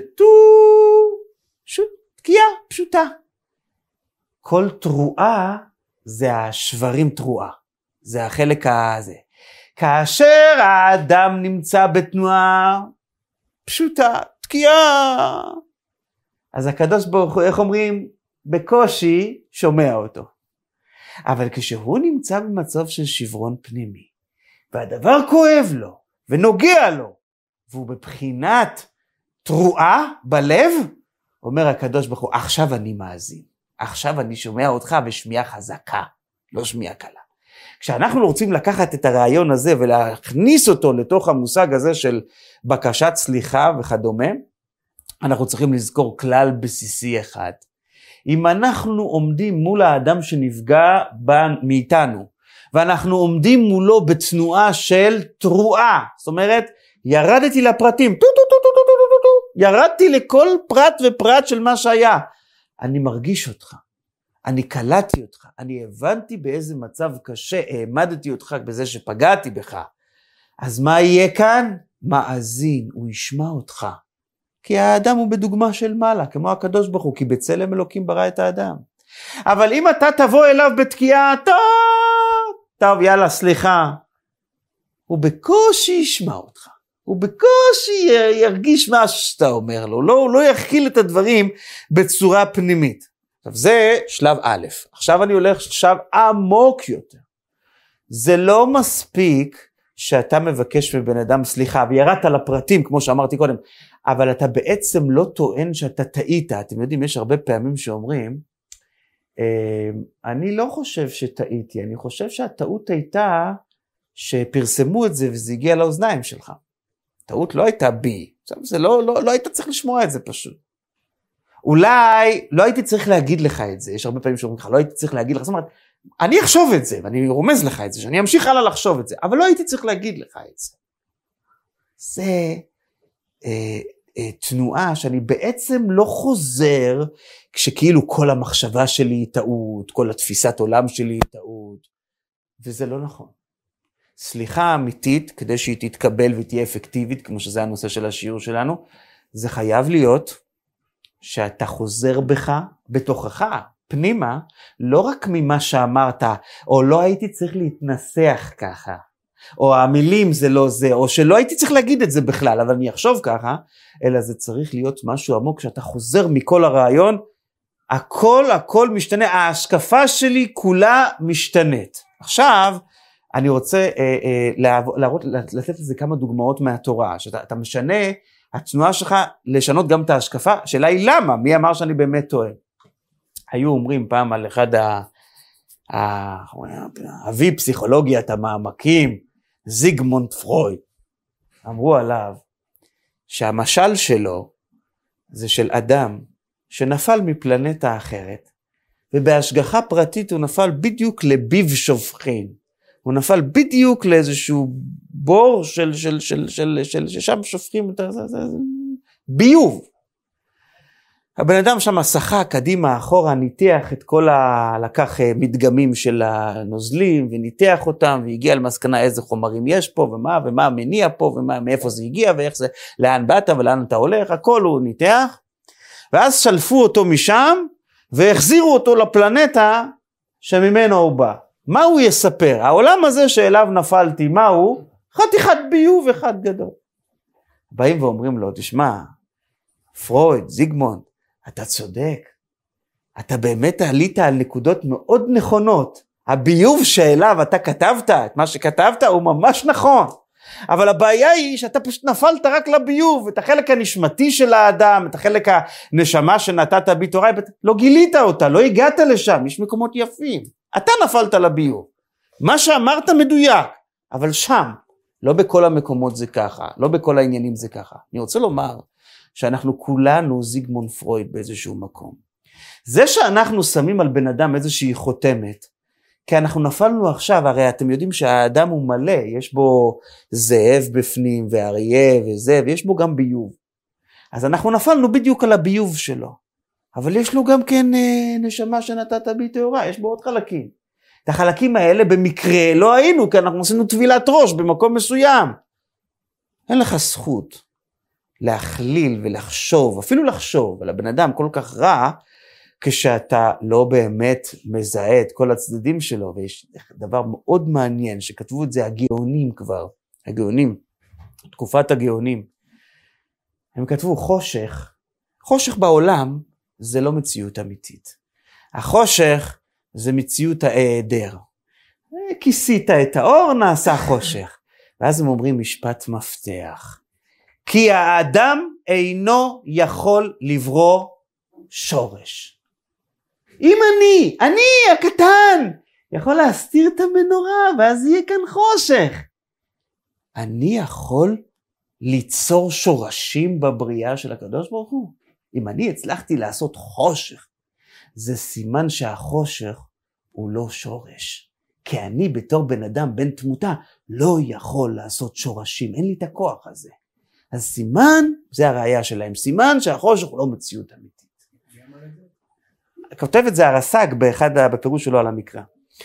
תקיעה פשוטה. כל תרועה זה השברים תרועה. זה החלק הזה. כאשר האדם נמצא בתנועה פשוטה, תקיעה. אז הקדוש ברוך הוא, איך אומרים? בקושי שומע אותו. אבל כשהוא נמצא במצב של שברון פנימי, והדבר כואב לו, ונוגע לו, והוא בבחינת תרועה בלב, אומר הקדוש ברוך הוא, עכשיו אני מאזין, עכשיו אני שומע אותך בשמיעה חזקה, לא שמיעה קלה. כשאנחנו רוצים לקחת את הרעיון הזה, ולהכניס אותו לתוך המושג הזה של בקשת סליחה וכדומה, אנחנו צריכים לזכור כלל בסיסי אחד. אם אנחנו עומדים מול האדם שנפגע מאיתנו, ואנחנו עומדים מולו בתנועה של תרועה, זאת אומרת, ירדתי לפרטים, ירדתי לכל פרט ופרט של מה שהיה, אני מרגיש אותך, אני קלטתי אותך, אני הבנתי באיזה מצב קשה, העמדתי אותך בזה שפגעתי בך, אז מה יהיה כאן? מאזין, הוא ישמע אותך, כי האדם הוא בדוגמה של מעלה, כמו הקדוש ברוך הוא, כי בצלם אלוקים ברא את האדם. אבל אם אתה תבוא אליו בתקיעה, טוב, יאללה, סליחה, הוא בקושי ישמע אותך, הוא בקושי ירגיש מה שאתה אומר לו, הוא לא יכיל את הדברים בצורה פנימית. עכשיו זה שלב א', עכשיו אני הולך לשלב עמוק יותר. זה לא מספיק שאתה מבקש מבן אדם סליחה, וירדת לפרטים כמו שאמרתי קודם, אבל אתה בעצם לא טוען שאתה טעית. אתם יודעים, יש הרבה פעמים שאומרים, אני לא חושב שטעיתי, אני חושב שהטעות הייתה שפרסמו את זה וזה הגיע לאוזניים שלך. טעות לא הייתה בי, זה לא היית צריך לשמוע את זה פשוט. אולי לא הייתי צריך להגיד לך את זה, יש הרבה פעמים שאומרים לך, לא הייתי צריך להגיד לך, זאת אומרת, אני אחשוב את זה, ואני רומז לך את זה, שאני אמשיך הלאה לחשוב את זה, אבל לא הייתי צריך להגיד לך את זה. זה תנועה שאני בעצם לא חוזר, כשכאילו כל המחשבה שלי היא טעות, כל התפיסת עולם שלי היא טעות, וזה לא נכון. סליחה אמיתית, כדי שהיא תתקבל ותהיה אפקטיבית, כמו שזה הנושא של השיעור שלנו, זה חייב להיות שאתה חוזר בך, בתוכך, פנימה, לא רק ממה שאמרת, או לא הייתי צריך להתנסח ככה, או המילים זה לא זה, או שלא הייתי צריך להגיד את זה בכלל, אבל אני אחשוב ככה, אלא זה צריך להיות משהו עמוק, שאתה חוזר מכל הרעיון, הכל משתנה, ההשקפה שלי כולה משתנית. עכשיו, אני רוצה לתת לזה כמה דוגמאות מהתורה, שאתה משנה, התנועה שלך לשנות גם את ההשקפה, השאלה היא למה? מי אמר שאני באמת טועה? היו אומרים פעם על אחד אבי פסיכולוגיית המעמקים, זיגמונד פרויד, אמרו עליו שהמשל שלו זה של אדם שנפל מפלנטה אחרת, ובהשגחה פרטית הוא נפל בדיוק לביב שופכין. הוא נפל בדיוק לאיזשהו בור ששם שופכים את ביוב. הבן אדם שם שחה קדימה אחורה, ניתח את כל לקח מדגמים של הנוזלים וניתח אותם והגיע למסקנה איזה חומרים יש פה ומה מניע פה ומאיפה זה הגיע ואיך זה, לאן באת ולאן אתה הולך, הכל הוא ניתח. ואז שלפו אותו משם והחזירו אותו לפלנטה שממנו הוא בא. מה הוא יספר? העולם הזה שאליו נפלתי, מה הוא? חתיכת ביוב אחד גדול. באים ואומרים לו, תשמע, פרויד, זיגמונד, אתה צודק. אתה באמת עלית על נקודות מאוד נכונות. הביוב שאליו אתה כתבת, את מה שכתבת הוא ממש נכון. אבל הבעיה היא שאתה פשוט נפלת רק לביוב, את החלק הנשמתי של האדם, את החלק הנשמה שנתת בתורה, לא גילית אותה, לא הגעת לשם, יש מקומות יפים. אתה נפלת לביוב. מה שאמרת מדויק, אבל שם, לא בכל המקומות זה ככה, לא בכל העניינים זה ככה. אני רוצה לומר שאנחנו כולנו זיגמונד פרויד באיזשהו מקום. זה שאנחנו שמים על בן אדם איזושהי חותמת, כי אנחנו נפלנו עכשיו, הרי אתם יודעים שהאדם הוא מלא, יש בו זאב בפנים ואריה וזה, ויש בו גם ביוב. אז אנחנו נפלנו בדיוק על הביוב שלו, אבל יש לו גם כן נשמה שנתת בי טהורה, יש בו עוד חלקים. את החלקים האלה במקרה לא היינו, כי אנחנו עשינו טבילת ראש במקום מסוים. אין לך זכות להכליל ולחשוב, אפילו לחשוב, על הבן אדם כל כך רע, כשאתה לא באמת מזהה את כל הצדדים שלו, ויש דבר מאוד מעניין, שכתבו את זה הגאונים כבר, הגאונים, תקופת הגאונים, הם כתבו חושך בעולם זה לא מציאות אמיתית, החושך זה מציאות ההיעדר, כיסית את האור נעשה חושך, ואז הם אומרים משפט מפתח, כי האדם אינו יכול לברוא שורש. אם אני הקטן, יכול להסתיר את המנורה, ואז יהיה כאן חושך. אני יכול ליצור שורשים בבריאה של הקדוש ברוך הוא. אם אני הצלחתי לעשות חושך, זה סימן שהחושך הוא לא שורש. כי אני בתור בן אדם, בן תמותה, לא יכול לעשות שורשים, אין לי את הכוח הזה. אז סימן, זה הראייה שלהם, סימן שהחושך הוא לא מציאות אמיתית. כותב את זה הרס"ג בפירוש שלו על המקרא.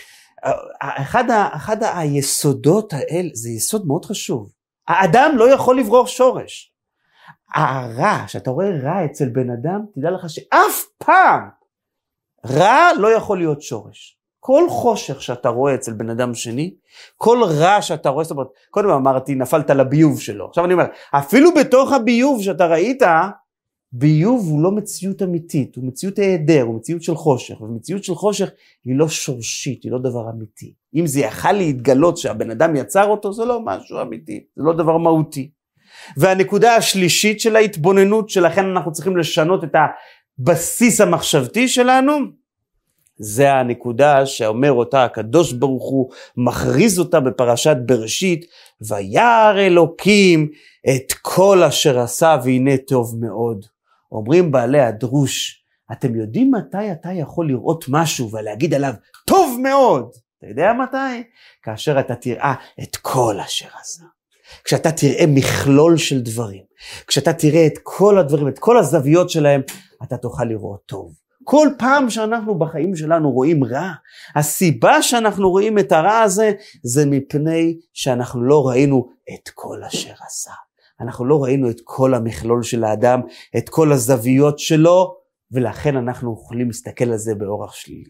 אחד היסודות האלה, זה יסוד מאוד חשוב. האדם לא יכול לברור שורש. הרע, שאתה רואה רע אצל בן אדם, תדע לך שאף פעם רע לא יכול להיות שורש. כל חושך שאתה רואה אצל בן אדם שני, כל רע שאתה רואה, זאת אומרת, קודם אמרתי, נפלת לביוב שלו. עכשיו אני אומר, אפילו בתוך הביוב שאתה ראית, ביוב הוא לא מציאות אמיתית, הוא מציאות היעדר, הוא מציאות של חושך, ומציאות של חושך היא לא שורשית, היא לא דבר אמיתי. אם זה יכל להתגלות שהבן אדם יצר אותו, זה לא משהו אמיתי, זה לא דבר מהותי. והנקודה השלישית של ההתבוננות, שלכן אנחנו צריכים לשנות את הבסיס המחשבתי שלנו, זה הנקודה שאומר אותה הקדוש ברוך הוא, מכריז אותה בפרשת בראשית, וירא אלוקים את כל אשר עשה והנה טוב מאוד. אומרים בעלי הדרוש, אתם יודעים מתי אתה יכול לראות משהו ולהגיד עליו טוב מאוד? אתה יודע מתי? כאשר אתה תראה את כל אשר עשה. כשאתה תראה מכלול של דברים, כשאתה תראה את כל הדברים, את כל הזוויות שלהם, אתה תוכל לראות טוב. כל פעם שאנחנו בחיים שלנו רואים רע, הסיבה שאנחנו רואים את הרע הזה, זה מפני שאנחנו לא ראינו את כל אשר עשה. אנחנו לא ראינו את כל המכלול של האדם, את כל הזוויות שלו, ולכן אנחנו יכולים להסתכל על זה באורח שלילי.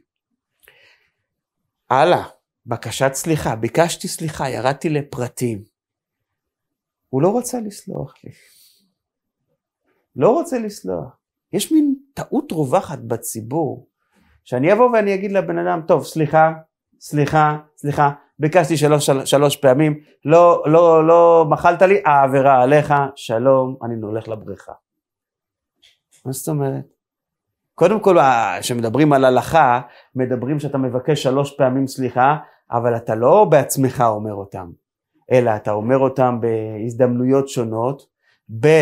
הלאה, בקשת סליחה, ביקשתי סליחה, ירדתי לפרטים. הוא לא רוצה לסלוח לי. לא רוצה לסלוח. יש מין טעות רווחת בציבור, שאני אבוא ואני אגיד לבן אדם, טוב, סליחה, ביקשתי שלוש פעמים, לא מחלת לי, העבירה עליך, שלום, אני הולך לבריכה. מה זאת אומרת? קודם כל, כשמדברים על הלכה, מדברים שאתה מבקש 3 פעמים סליחה, אבל אתה לא בעצמך אומר אותם, אלא אתה אומר אותם בהזדמנויות שונות, ב'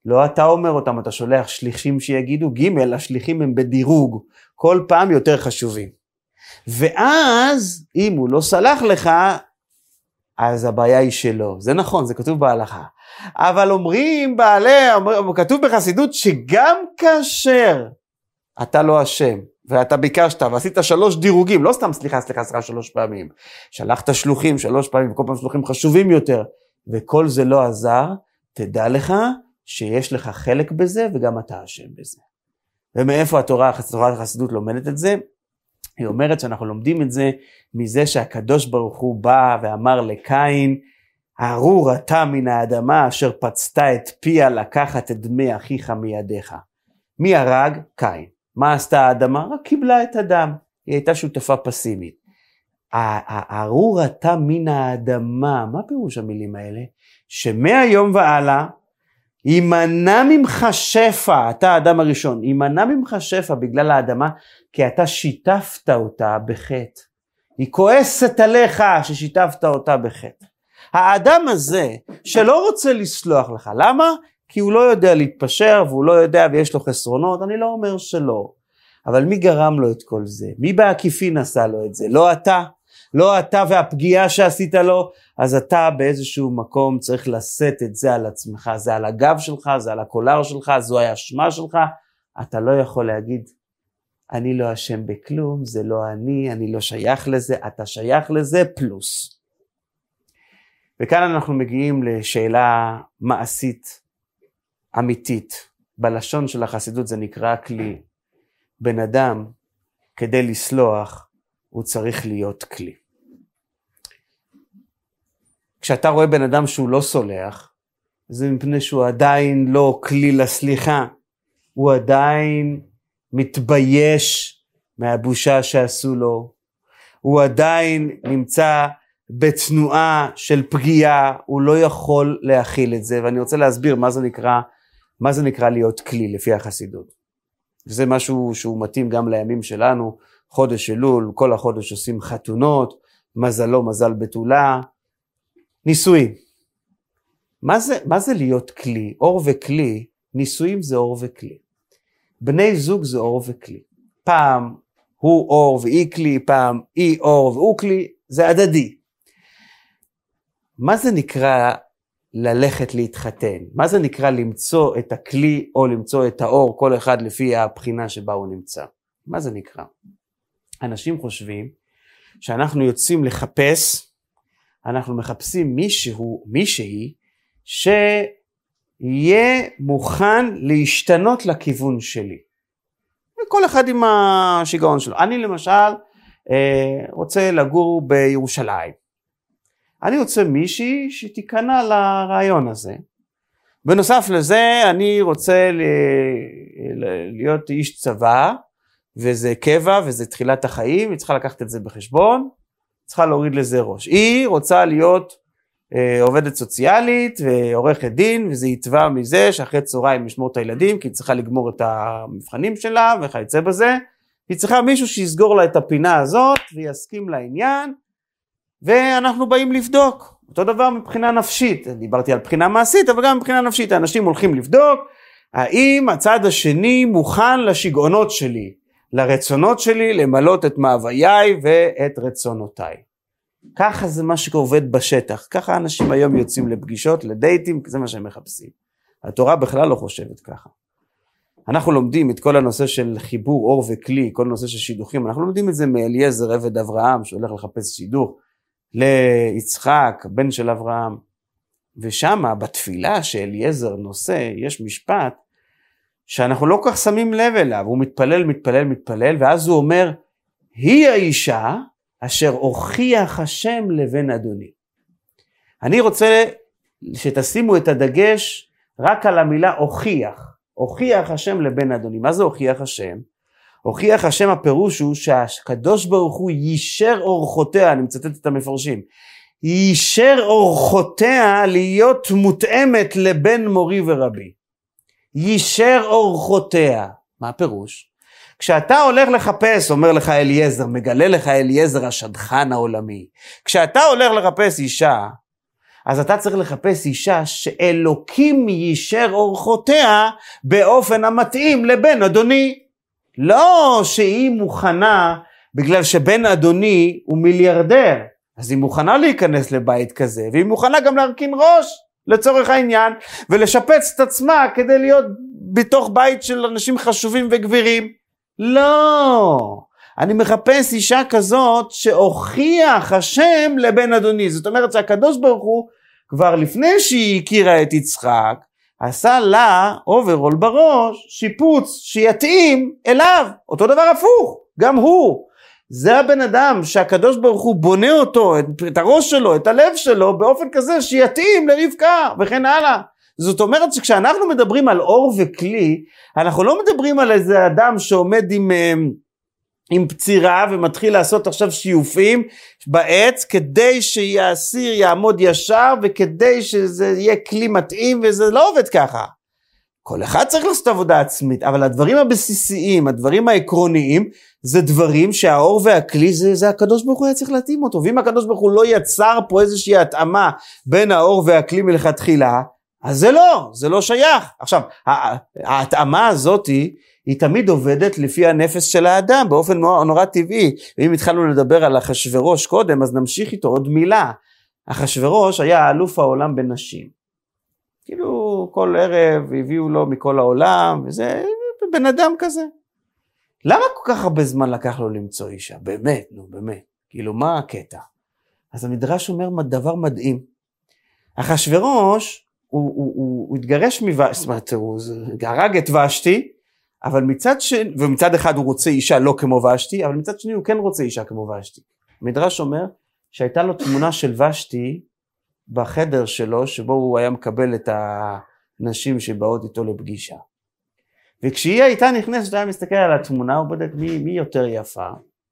לא אתה אומר אותם, אתה שולח שליחים שיגידו, ג' השליחים הם בדירוג, כל פעם יותר חשובים. ואז, אם הוא לא סלח לך, אז הבעיה היא שלו. זה נכון, זה כתוב בהלכה. אבל אומרים כתוב בחסידות, שגם כאשר אתה לא אשם, ואתה ביקשת, ועשית 3 דירוגים, לא סתם סליחה 3 פעמים, שלחת שלוחים 3 פעמים, וכל פעם שלוחים חשובים יותר, וכל זה לא עזר, תדע לך שיש לך חלק בזה, וגם אתה אשם בזה. ומאיפה התורה החסידות לומדת את זה? היא אומרת שאנחנו לומדים את זה, מזה שהקדוש ברוך הוא בא ואמר לקין, ארור אתה מן האדמה, אשר פצתה את פיה לקחת את דמי אחיך מידיך. מי הרג? קין. מה עשתה האדמה? רק קיבלה את הדם, היא הייתה שותפה פסימית. ארור אתה מן האדמה, מה פירוש המילים האלה? שמהיום והלאה, ימנע ממך שפע, אתה האדם הראשון, ימנע ממך שפע בגלל האדמה, כי אתה שיתפת אותה בחטא. היא כועסת עליך ששיתפת אותה בחטא. האדם הזה שלא רוצה לסלוח לך, למה? כי הוא לא יודע להתפשר, והוא לא יודע ויש לו חסרונות, אני לא אומר שלא. אבל מי גרם לו את כל זה? מי בעקיפין עשה לו את זה? לא אתה. לא אתה והפגיעה שעשית לו, אז אתה באיזשהו מקום צריך לשאת את זה על עצמך, זה על הגב שלך, זה על הקולר שלך, זו האשמה שלך, אתה לא יכול להגיד, אני לא אשם בכלום, זה לא אני לא שייך לזה, אתה שייך לזה פלוס. וכאן אנחנו מגיעים לשאלה מעשית, אמיתית, בלשון של החסידות זה נקרא כלי, בן אדם כדי לסלוח, הוא צריך להיות כלי. כשאתה רואה בן אדם שהוא לא סולח, זה מפני שהוא עדיין לא כלי לסליחה, הוא עדיין מתבייש מהבושה שעשו לו, הוא עדיין נמצא בתנועה של פגיעה, הוא לא יכול להכיל את זה, ואני רוצה להסביר מה זה נקרא להיות כלי לפי החסידות. זה משהו שהוא מתאים גם לימים שלנו, חודש אלול, כל החודש עושים חתונות, מזלו מזל בתולה, נישואים. מה זה להיות כלי? אור וכלי, נישואים זה אור וכלי. בני זוג זה אור וכלי. פעם הוא אור והיא כלי, פעם היא אור והוא כלי, זה הדדי. מה זה נקרא ללכת להתחתן? מה זה נקרא למצוא את הכלי או למצוא את האור, כל אחד לפי הבחינה שבה הוא נמצא? מה זה נקרא? אנשים חושבים שאנחנו יוצאים לחפש, אנחנו מחפשים מישהי שיהיה מוכן להשתנות לכיוון שלי. וכל אחד עם השיגעון שלו. אני למשל רוצה לגור בירושלים. אני רוצה מישהי שתיכנע לרעיון הזה. בנוסף לזה אני רוצה להיות איש צבא, וזה קבע וזה תחילת החיים, היא צריכה לקחת את זה בחשבון, צריכה להוריד לזה ראש. היא רוצה להיות עובדת סוציאלית ועורכת דין, וזה יתבע מזה שאחרי צהריים לשמור את הילדים, כי היא צריכה לגמור את המבחנים שלה וכיוצא בזה, היא צריכה מישהו שיסגור לה את הפינה הזאת, ויסכים לעניין, ואנחנו באים לבדוק. אותו דבר מבחינה נפשית, דיברתי על בחינה מעשית, אבל גם מבחינה נפשית, האנשים הולכים לבדוק, האם הצד השני מוכן לשיגעונות שלי, לרצונות שלי, למלות את מאווייי ואת רצונותיי. ככה זה מה שעובד בשטח, ככה אנשים היום יוצאים לפגישות, לדייטים, זה מה שהם מחפשים. התורה בכלל לא חושבת ככה. אנחנו לומדים את כל הנושא של חיבור אור וכלי, כל הנושא של שידוכים, אנחנו לומדים את זה מאליעזר עבד אברהם, שהולך לחפש שידוך, ליצחק, בן של אברהם, ושמה בתפילה שאליעזר נושא, יש משפט, שאנחנו לא כך שמים לב אליו, הוא מתפלל, ואז הוא אומר, היא האישה אשר הוכיח השם לבן אדוני. אני רוצה שתשימו את הדגש רק על המילה הוכיח השם לבן אדוני. מה זה הוכיח השם? הוכיח השם הפירוש הוא שהקדוש ברוך הוא יישר אורחותיה, אני מצטט את המפרשים, יישר אורחותיה להיות מותאמת לבן מורי ורבי. יישר אורחותיה. מה הפירוש? כשאתה הולך לחפש, אומר לך אליעזר, מגלה לך אליעזר השדכן העולמי, כשאתה הולך לחפש אישה, אז אתה צריך לחפש אישה שאלוקים יישר אורחותיה באופן המתאים לבן אדוני. לא שהיא מוכנה בגלל שבן אדוני הוא מיליארדר, אז היא מוכנה להיכנס לבית כזה, והיא מוכנה גם להרכין ראש לצורך העניין, ולשפץ את עצמה כדי להיות בתוך בית של אנשים חשובים וגבירים. לא, אני מחפש אישה כזאת שהוכיח השם לבן אדוני. זאת אומרת שהקדוש ברוך הוא כבר לפני שהיא הכירה את יצחק, עשה לה אוברול בראש, שיפוץ שיתאים אליו. אותו דבר הפוך, גם הוא. זה הבן אדם שהקדוש ברוך הוא בונה אותו, את הראש שלו, את הלב שלו, באופן כזה שיתאים לרבקה וכן הלאה. זאת אומרת שכשאנחנו מדברים על אור וכלי, אנחנו לא מדברים על איזה אדם שעומד עם פצירה ומתחיל לעשות עכשיו שיופים בעץ, כדי שהאסיר יעמוד ישר וכדי שזה יהיה כלי מתאים, וזה לא עובד ככה. כל אחד צריך לעשות עבודה עצמית, אבל הדברים הבסיסיים, הדברים העקרוניים, זה דברים שהאור והכלי, זה הקדוש ברוך הוא היה צריך להתאים אותו. ואם הקדוש ברוך הוא לא יצר פה איזושהי התאמה בין האור והכלי מלכתחילה, אז זה לא שייך. עכשיו, ההתאמה הזאת היא תמיד עובדת לפי הנפש של האדם, באופן נורא טבעי. ואם התחלנו לדבר על אחשוורוש קודם, אז נמשיך איתו עוד מילה. אחשוורוש היה אלוף העולם בנשים. כאילו כל ערב הביאו לו מכל העולם, וזה בן אדם כזה. למה כל כך הרבה זמן לקח לו למצוא אישה? באמת, באמת. כאילו מה הקטע? אז המדרש אומר דבר מדהים. אחשוורוש, הוא התגרש זאת אומרת, הוא הרג את ושתי, אבל ומצד אחד הוא רוצה אישה לא כמו ושתי, אבל מצד שני הוא כן רוצה אישה כמו ושתי. המדרש אומר שהייתה לו תמונה של ושתי בחדר שלו, שבו הוא היה מקבל את הנשים שבאות איתו לפגישה. וכשהיא הייתה נכנסת, הוא היה מסתכל על התמונה, הוא בודק מי יותר יפה,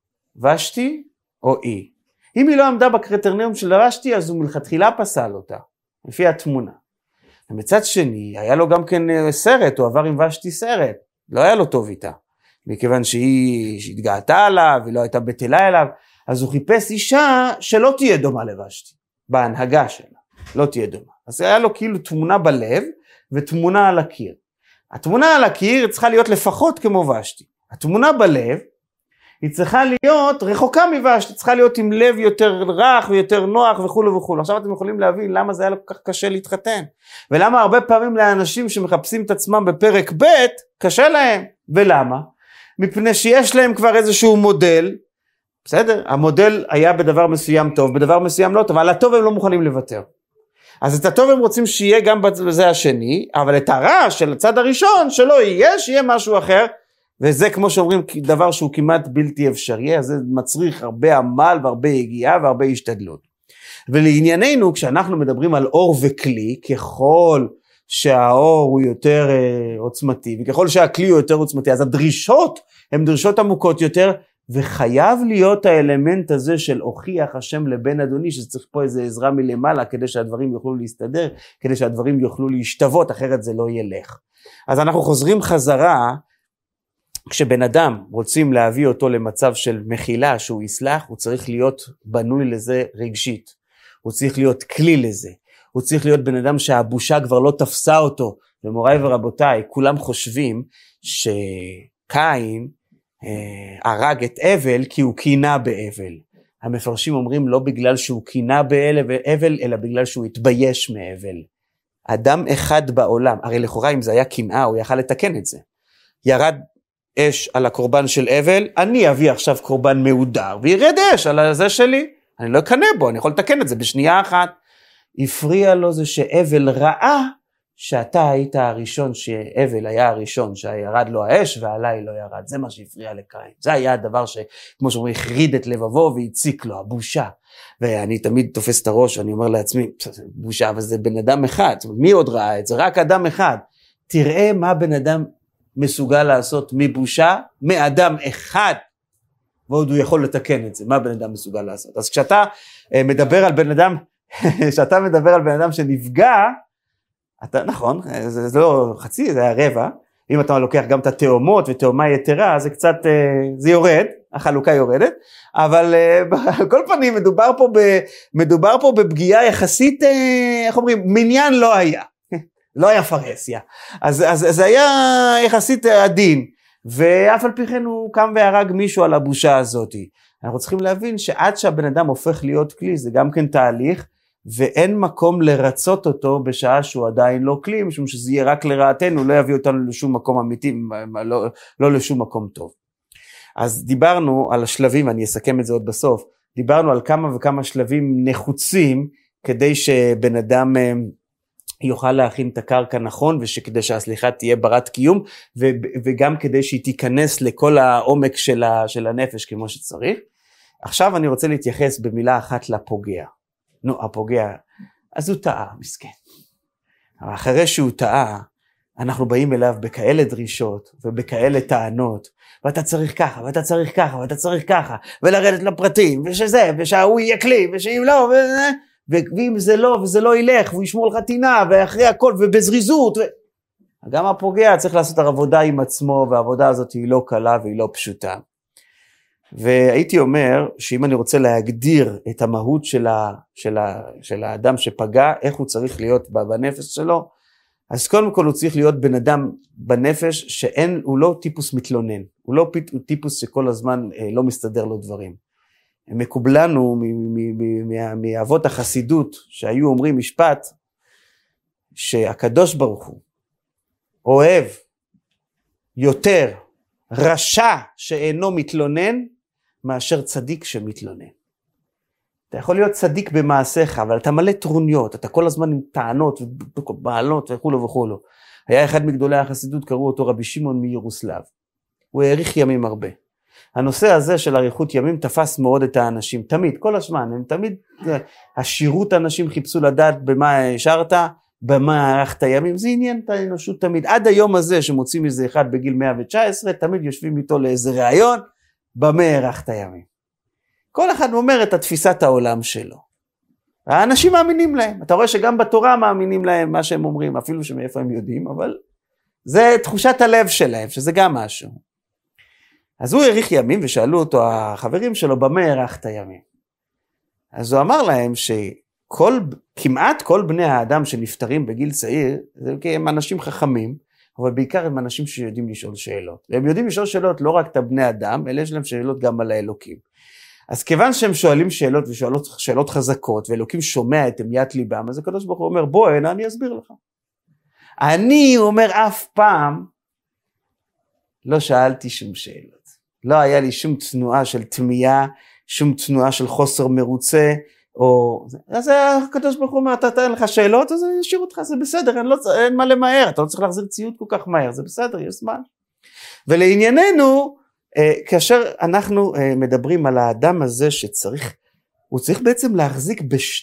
ושתי או היא. אם היא לא עמדה בקריטריון של ושתי, אז הוא מלכתחילה פסל אותה, לפי התמונה. ומצד שני, היה לו גם כן סרט, הוא עבר עם ושתי סרט, לא היה לו טוב איתה, מכיוון שהיא התגעתה עליו, היא לא הייתה בטלה אליו, אז הוא חיפש אישה שלא תהיה דומה לוושתי, בהנהגה שלה, לא תהיה דומה. אז היה לו כאילו תמונה בלב, ותמונה על הקיר. התמונה על הקיר צריכה להיות לפחות כמו ושתי. התמונה בלב, היא צריכה להיות רחוקה מוושתי, צריכה להיות עם לב יותר רך ויותר נוח וכו' וכו'. עכשיו אתם יכולים להבין למה זה היה לו כל כך קשה להתחתן. ולמה הרבה פעמים לאנשים שמחפשים את עצמם בפרק ב' קשה להם. ולמה? מפני שיש להם כבר איזשהו מודל, בסדר? המודל היה בדבר מסוים טוב, בדבר מסוים לא טוב, אבל הטוב הם לא מוכנים לוותר. אז את הטוב הם רוצים שיהיה גם בזה השני, אבל את הרע של הצד הראשון שלא יהיה, שיהיה משהו אחר, וזה כמו שאומרים דבר שהוא כמעט בלתי אפשרי, אז זה מצריך הרבה עמל והרבה הגיעה והרבה השתדלות. ולענייננו, כשאנחנו מדברים על אור וכלי, ככל שהאור הוא יותר עוצמתי, וככל שהכלי הוא יותר עוצמתי, אז הדרישות הן דרישות עמוקות יותר, וחייב להיות האלמנט הזה של הוכיח השם לבן אדוני, שצריך פה איזו עזרה מלמעלה, כדי שהדברים יוכלו להסתדר, כדי שהדברים יוכלו להשתוות, אחרת זה לא ילך. אז אנחנו חוזרים חזרה, כשבן אדם רוצים להביא אותו למצב של מחילה, שהוא יסלח, הוא צריך להיות בנוי לזה רגשית, הוא צריך להיות כלי לזה, הוא צריך להיות בן אדם שהבושה כבר לא תפסה אותו, ומוריי ורבותיי, כולם חושבים שקין הרג את אבל כי הוא קינה באבל. המפרשים אומרים לא בגלל שהוא קינה באבל, אלא בגלל שהוא התבייש מאבל. אדם אחד בעולם, הרי לכאורה אם זה היה קנאה, הוא יכל לתקן את זה. ירד אש על הקורבן של אבל, אני אביא עכשיו קורבן מהודר, וירד אש על זה שלי. אני לא אקנה בו, אני יכול לתקן את זה בשנייה אחת. הפריע לו זה שאבל ראה, שאתה היית הראשון, שאבל היה הראשון, שירד לו האש ועליי לא ירד. זה מה שהפריע לקין. זה היה הדבר שכמו שאומרים, החריד את לבבו והציק לו, הבושה. ואני תמיד תופס את הראש, אני אומר לעצמי, בושה, אבל זה בן אדם אחד. מי עוד ראה את זה? רק אדם אחד. תראה מה בן אדם מסוגל לעשות מבושה, מאדם אחד. ועוד הוא יכול לתקן את זה. מה בן אדם מסוגל לעשות? אז כשאתה מדבר על בן אדם, כשאתה מדבר על בן אדם שנפגע, אתה, נכון, זה לא חצי, זה היה רבע. אם אתה לוקח גם את התאומות ותאומה יתרה, זה קצת, זה יורד, החלוקה יורדת, אבל על כל פנים מדובר פה בפגיעה יחסית, איך אומרים, מניין לא היה, לא היה פרהסיה, אז זה היה יחסית עדין, ואף על פי כן הוא קם והרג מישהו על הבושה הזאת. אנחנו צריכים להבין שעד שהבן אדם הופך להיות כלי, זה גם כן תהליך, ואין מקום לרצות אותו בשעה שהוא עדיין לא כלי, משום שזה יהיה רק לרעתנו, לא יביא אותנו לשום מקום אמיתי, לא לשום מקום טוב. אז דיברנו על השלבים, אני אסכם את זה עוד בסוף, דיברנו על כמה וכמה שלבים נחוצים, כדי שבן אדם יוכל להכין את הקרקע נכון, וכדי שהסליחה תהיה ברת קיום, וגם כדי שהיא תיכנס לכל העומק של הנפש כמו שצריך. עכשיו אני רוצה להתייחס במילה אחת לפוגע. הפוגע, אז הוא טעה, מסכן. אבל אחרי שהוא טעה, אנחנו באים אליו בכאלה דרישות, ובכאלה טענות, ואתה צריך ככה, ואתה צריך ככה, ואתה צריך ככה, ולרדת לפרטים, ושזה, ושהוא יהיה כלי, ושאם לא, ואם זה לא, וזה לא ילך, והוא ישמור לך טינה, ואחרי הכל, ובזריזות, גם הפוגע צריך לעשות עבודה עם עצמו, והעבודה הזאת היא לא קלה, והיא לא פשוטה. והייתי אומר, שאם אני רוצה להגדיר את המהות של האדם שפגע, איך הוא צריך להיות בנפש שלו, אז קודם כל הוא צריך להיות בן אדם בנפש, הוא לא טיפוס מתלונן, הוא לא טיפוס שכל הזמן לא מסתדר לו דברים. מקובלנו מאבות החסידות, שהיו אומרים משפט, שהקדוש ברוך הוא אוהב יותר רשע שאינו מתלונן, מאשר צדיק שמתלונן. אתה יכול להיות צדיק במעשיך, אבל אתה מלא טרוניות, אתה כל הזמן עם טענות ובעלות וכולו וכולו. היה אחד מגדולי החסידות, קראו אותו רבי שמעון מירוסלב. הוא העריך ימים הרבה. הנושא הזה של אריכות ימים תפס מאוד את האנשים, תמיד, כל הזמן, הם תמיד, השירות האנשים חיפשו לדעת במה השארת, במה הארכת ימים, זה עניין את האנושות תמיד. עד היום הזה שמוצאים מזה אחד בגיל 119, תמיד יושבים איתו לאיזה ראיון, במה הארכת ימים. כל אחד אומר את התפיסת העולם שלו. האנשים מאמינים להם, אתה רואה שגם בתורה מאמינים להם מה שהם אומרים, אפילו שמאיפה הם יודעים, אבל זה תחושת הלב שלהם, שזה גם משהו. אז הוא האריך ימים, ושאלו אותו החברים שלו, במה הארכת ימים? אז הוא אמר להם שכמעט כל בני האדם שנפטרים בגיל צעיר, הם אנשים חכמים, אבל בעיקר הם אנשים שיודעים לשאול שאלות. והם יודעים לשאול שאלות לא רק את הבני אדם, אלא יש להם שאלות גם על האלוקים. אז כיוון שהם שואלים שאלות ושואלות שאלות חזקות, ואלוקים שומע את המיית ליבם, אז הקדוש ברוך הוא אומר, בוא הנה אני אסביר לך. אני אומר אף פעם, לא שאלתי שום שאלות. לא היה לי שום תנועה של תמיהה, שום תנועה של חוסר מרוצה, אז הקדוש ברוך הוא אומר, אתה תן לך שאלות, אז אני אשאיר אותך, זה בסדר, אין מה למהר, אתה לא צריך להחזיר ציוד כל כך מהר, זה בסדר, יש זמן. ולענייננו, כאשר אנחנו מדברים על האדם הזה שצריך, הוא צריך בעצם להחזיק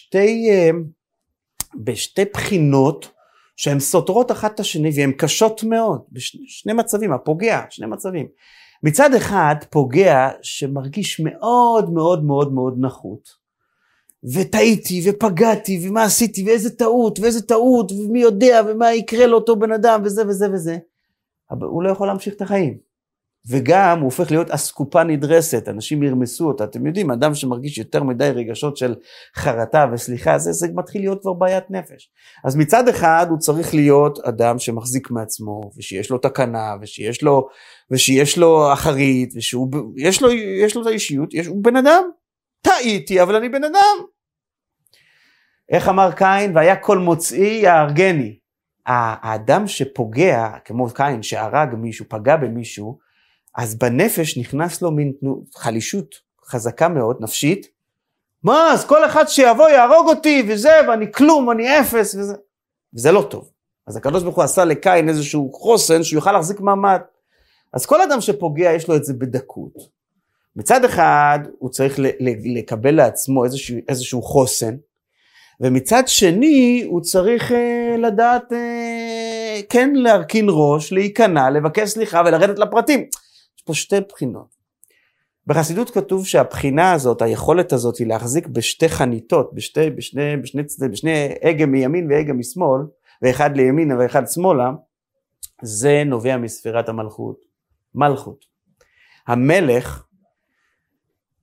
בשתי בחינות, שהן סותרות אחת את השני, והן קשות מאוד, בשני מצבים, הפוגע, שני מצבים. מצד אחד, פוגע שמרגיש מאוד מאוד מאוד מאוד נחות, וטעיתי ופגעתי ומה עשיתי ואיזה טעות ומי יודע ומה יקרה לאותו בן אדם וזה וזה וזה, אבל הוא לא יכול להמשיך את החיים, וגם הוא הופך להיות אסקופה נדרסת, אנשים ירמסו אותה, אתם יודעים, אדם שמרגיש יותר מדי רגשות של חרטה וסליחה, זה מתחיל להיות כבר בעיית נפש. אז מצד אחד הוא צריך להיות אדם שמחזיק מעצמו, ושיש לו תקנה, ושיש לו אחרית, ויש לו את האישיות, הוא בן אדם, טעיתי אבל אני בן אדם. איך אמר קין, והיה כל מוצאי יהרגני. האדם שפוגע, כמו קין שהרג מישהו, פגע במישהו, אז בנפש נכנס לו מין חלישות חזקה מאוד, נפשית. מה, אז כל אחד שיבוא יהרוג אותי וזה, ואני כלום, אני אפס וזה. וזה לא טוב. אז הקדוש ברוך הוא עשה לקין איזשהו חוסן, שהוא יוכל להחזיק מעמד. אז כל אדם שפוגע יש לו את זה בדקות. מצד אחד הוא צריך לקבל לעצמו איזשהו חוסן, ומצד שני הוא צריך לדעת, כן להרכין ראש, להיכנע, לבקש סליחה ולרדת לפרטים. יש פה שתי בחינות. בחסידות כתוב שהבחינה הזאת, היכולת הזאת היא להחזיק בשתי חניתות, בשני הגה מימין והגה משמאל, ואחד לימין ואחד שמאלה, זה נובע מספירת המלכות. מלכות. המלך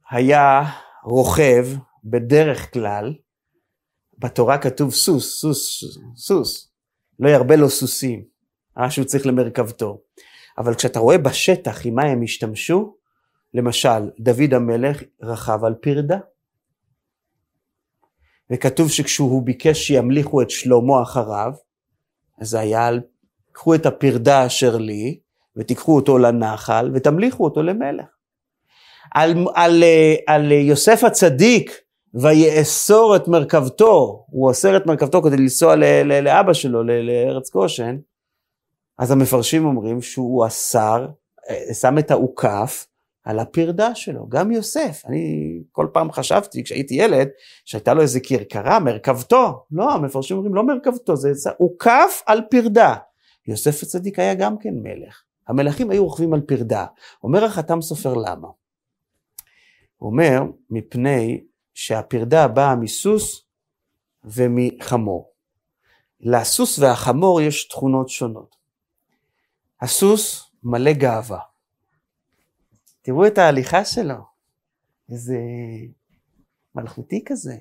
היה רוכב בדרך כלל, בתורה כתוב סוס, לא ירבה לו סוסים, שהוא צריך למרכבתו. אבל כשאתה רואה בשטח עם מה הם השתמשו, למשל, דוד המלך רכב על פרדה. וכתוב שכשהוא ביקש שימליכו את שלמה אחריו, אז היה, קחו את הפרדה אשר לי, ותיקחו אותו לנחל, ותמליכו אותו למלך. על יוסף הצדיק, ויאסור את מרכבתו, הוא אוסר את מרכבתו כדי לנסוע לאבא שלו, לארץ גושן, אז המפרשים אומרים שהוא אסר, שם את העוקף על הפרדה שלו, גם יוסף. אני כל פעם חשבתי, כשהייתי ילד, שהייתה לו איזה כרכרה, מרכבתו. לא, המפרשים אומרים, לא מרכבתו, זה עוקף על פרדה. יוסף הצדיק היה גם כן מלך. המלכים היו רוכבים על פרדה. אומר החתם סופר למה? הוא אומר, מפני שהפרדה באה מסוס ומחמור. לסוס והחמור יש תכונות שונות. הסוס מלא גאווה. תראו את ההליכה שלו. איזה מלכותי כזה.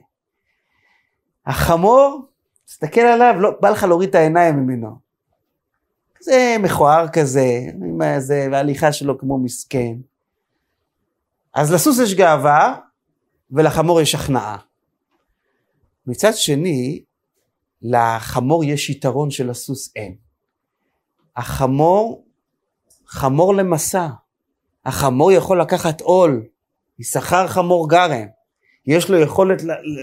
החמור, תסתכל עליו, לא, בא לך להוריד את העיניים ממנו. זה מכוער כזה, וההליכה שלו כמו מסכן. אז לסוס יש גאווה, ולחמור יש הכנעה. מצד שני, לחמור יש יתרון שלסוס אין. החמור, חמור למסע. החמור יכול לקחת עול, יששכר חמור גרם. יש לו יכולת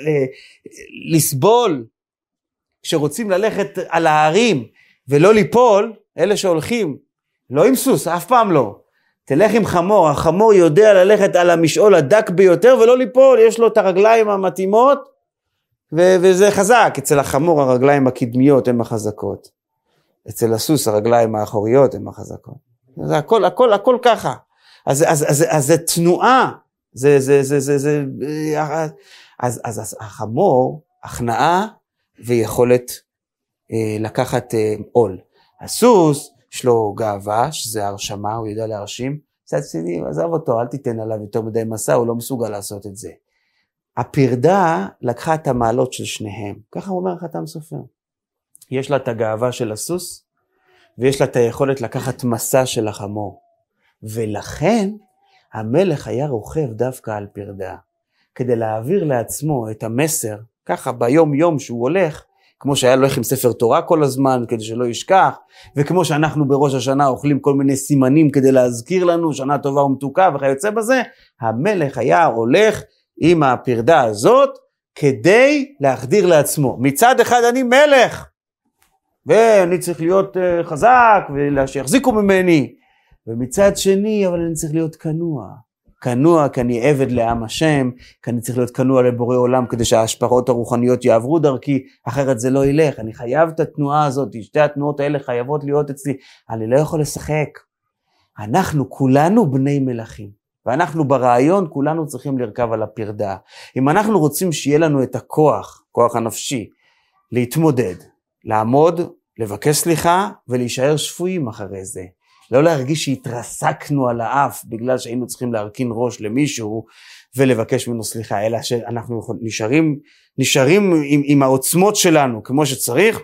לסבול, כשרוצים ללכת על ההרים, ולא ליפול, אלה שהולכים, לא עם סוס, אף פעם לא. תלך עם חמור, החמור יודע ללכת על המשעול הדק ביותר, ולא ליפול, יש לו את הרגליים המתאימות, וזה חזק. אצל החמור הרגליים הקדמיות הן החזקות. אצל הסוס הרגליים האחוריות הן החזקות. זה הכל ככה. אז זה תנועה. אז החמור, הכנעה ויכולת לקחת עול. הסוס, יש לו גאווה, שזה הרשמה, הוא יודע להרשים. צד שני, עזב אותו, אל תיתן עליו יותר מדי מסע, הוא לא מסוגל לעשות את זה. הפרדה לקחה את המעלות של שניהם. ככה הוא אומר החתם סופר. יש לה את הגאווה של הסוס, ויש לה את היכולת לקחת מסע של החמור. ולכן, המלך היה רוכב דווקא על פרדה, כדי להעביר לעצמו את המסר, ככה ביום יום שהוא הולך, כמו שהיה הולך עם ספר תורה כל הזמן, כדי שלא ישכח, וכמו שאנחנו בראש השנה אוכלים כל מיני סימנים, כדי להזכיר לנו שנה טובה ומתוקה, וכיוצא בזה, המלך היה הולך עם הפרדה הזאת, כדי להחדיר לעצמו. מצד אחד אני מלך, ואני צריך להיות חזק, ושיחזיקו ממני, ומצד שני, אבל אני צריך להיות כנוע, כי אני עבד לעם השם, כי אני צריך להיות כנוע לבורא עולם, כדי שההשפעות הרוחניות יעברו דרכי, אחרת זה לא ילך, אני חייב את התנועה הזאת, שתי התנועות האלה חייבות להיות אצלי, אני לא יכול לשחק. אנחנו כולנו בני מלכים, ואנחנו ברעיון כולנו צריכים לרכב על הפרדה. אם אנחנו רוצים שיהיה לנו את הכוח, כוח הנפשי, להתמודד, לעמוד, לבקש סליחה, ולהישאר שפויים אחרי זה. לא להרגיש שהתרסקנו על האף, בגלל שהיינו צריכים להרכין ראש למישהו, ולבקש ממנו סליחה, אלא שאנחנו נשארים עם העוצמות שלנו, כמו שצריך.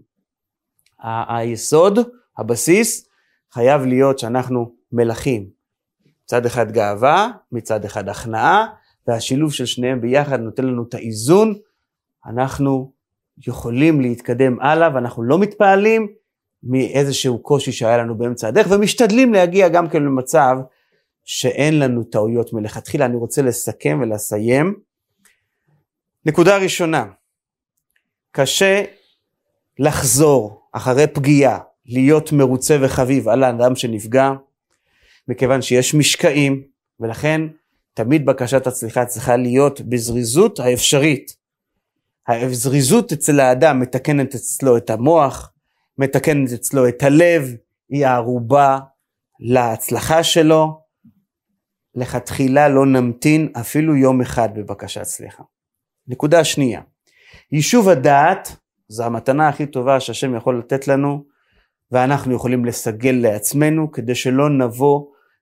היסוד, הבסיס, חייב להיות שאנחנו מלכים. מצד אחד גאווה, מצד אחד הכנעה, והשילוב של שניהם ביחד נותן לנו את האיזון, אנחנו יכולים להתקדם הלאה, ואנחנו לא מתפעלים, מאיזשהו קושי שהיה לנו באמצע הדרך, ומשתדלים להגיע גם כן למצב שאין לנו טעויות מלכתחילה. אני רוצה לסכם ולסיים. נקודה ראשונה, קשה לחזור אחרי פגיעה, להיות מרוצה וחביב על האדם שנפגע, מכיוון שיש משקעים, ולכן תמיד בקשת הצליחה צריכה להיות בזריזות האפשרית. הזריזות אצל האדם מתקנת אצלו את המוח, מתקנת אצלו את הלב, היא הערובה להצלחה שלו. לכתחילה לא נמתין אפילו יום אחד בבקשת סליחה. נקודה שנייה, יישוב הדעת, זו המתנה הכי טובה שהשם יכול לתת לנו, ואנחנו יכולים לסגל לעצמנו, כדי שלא נבוא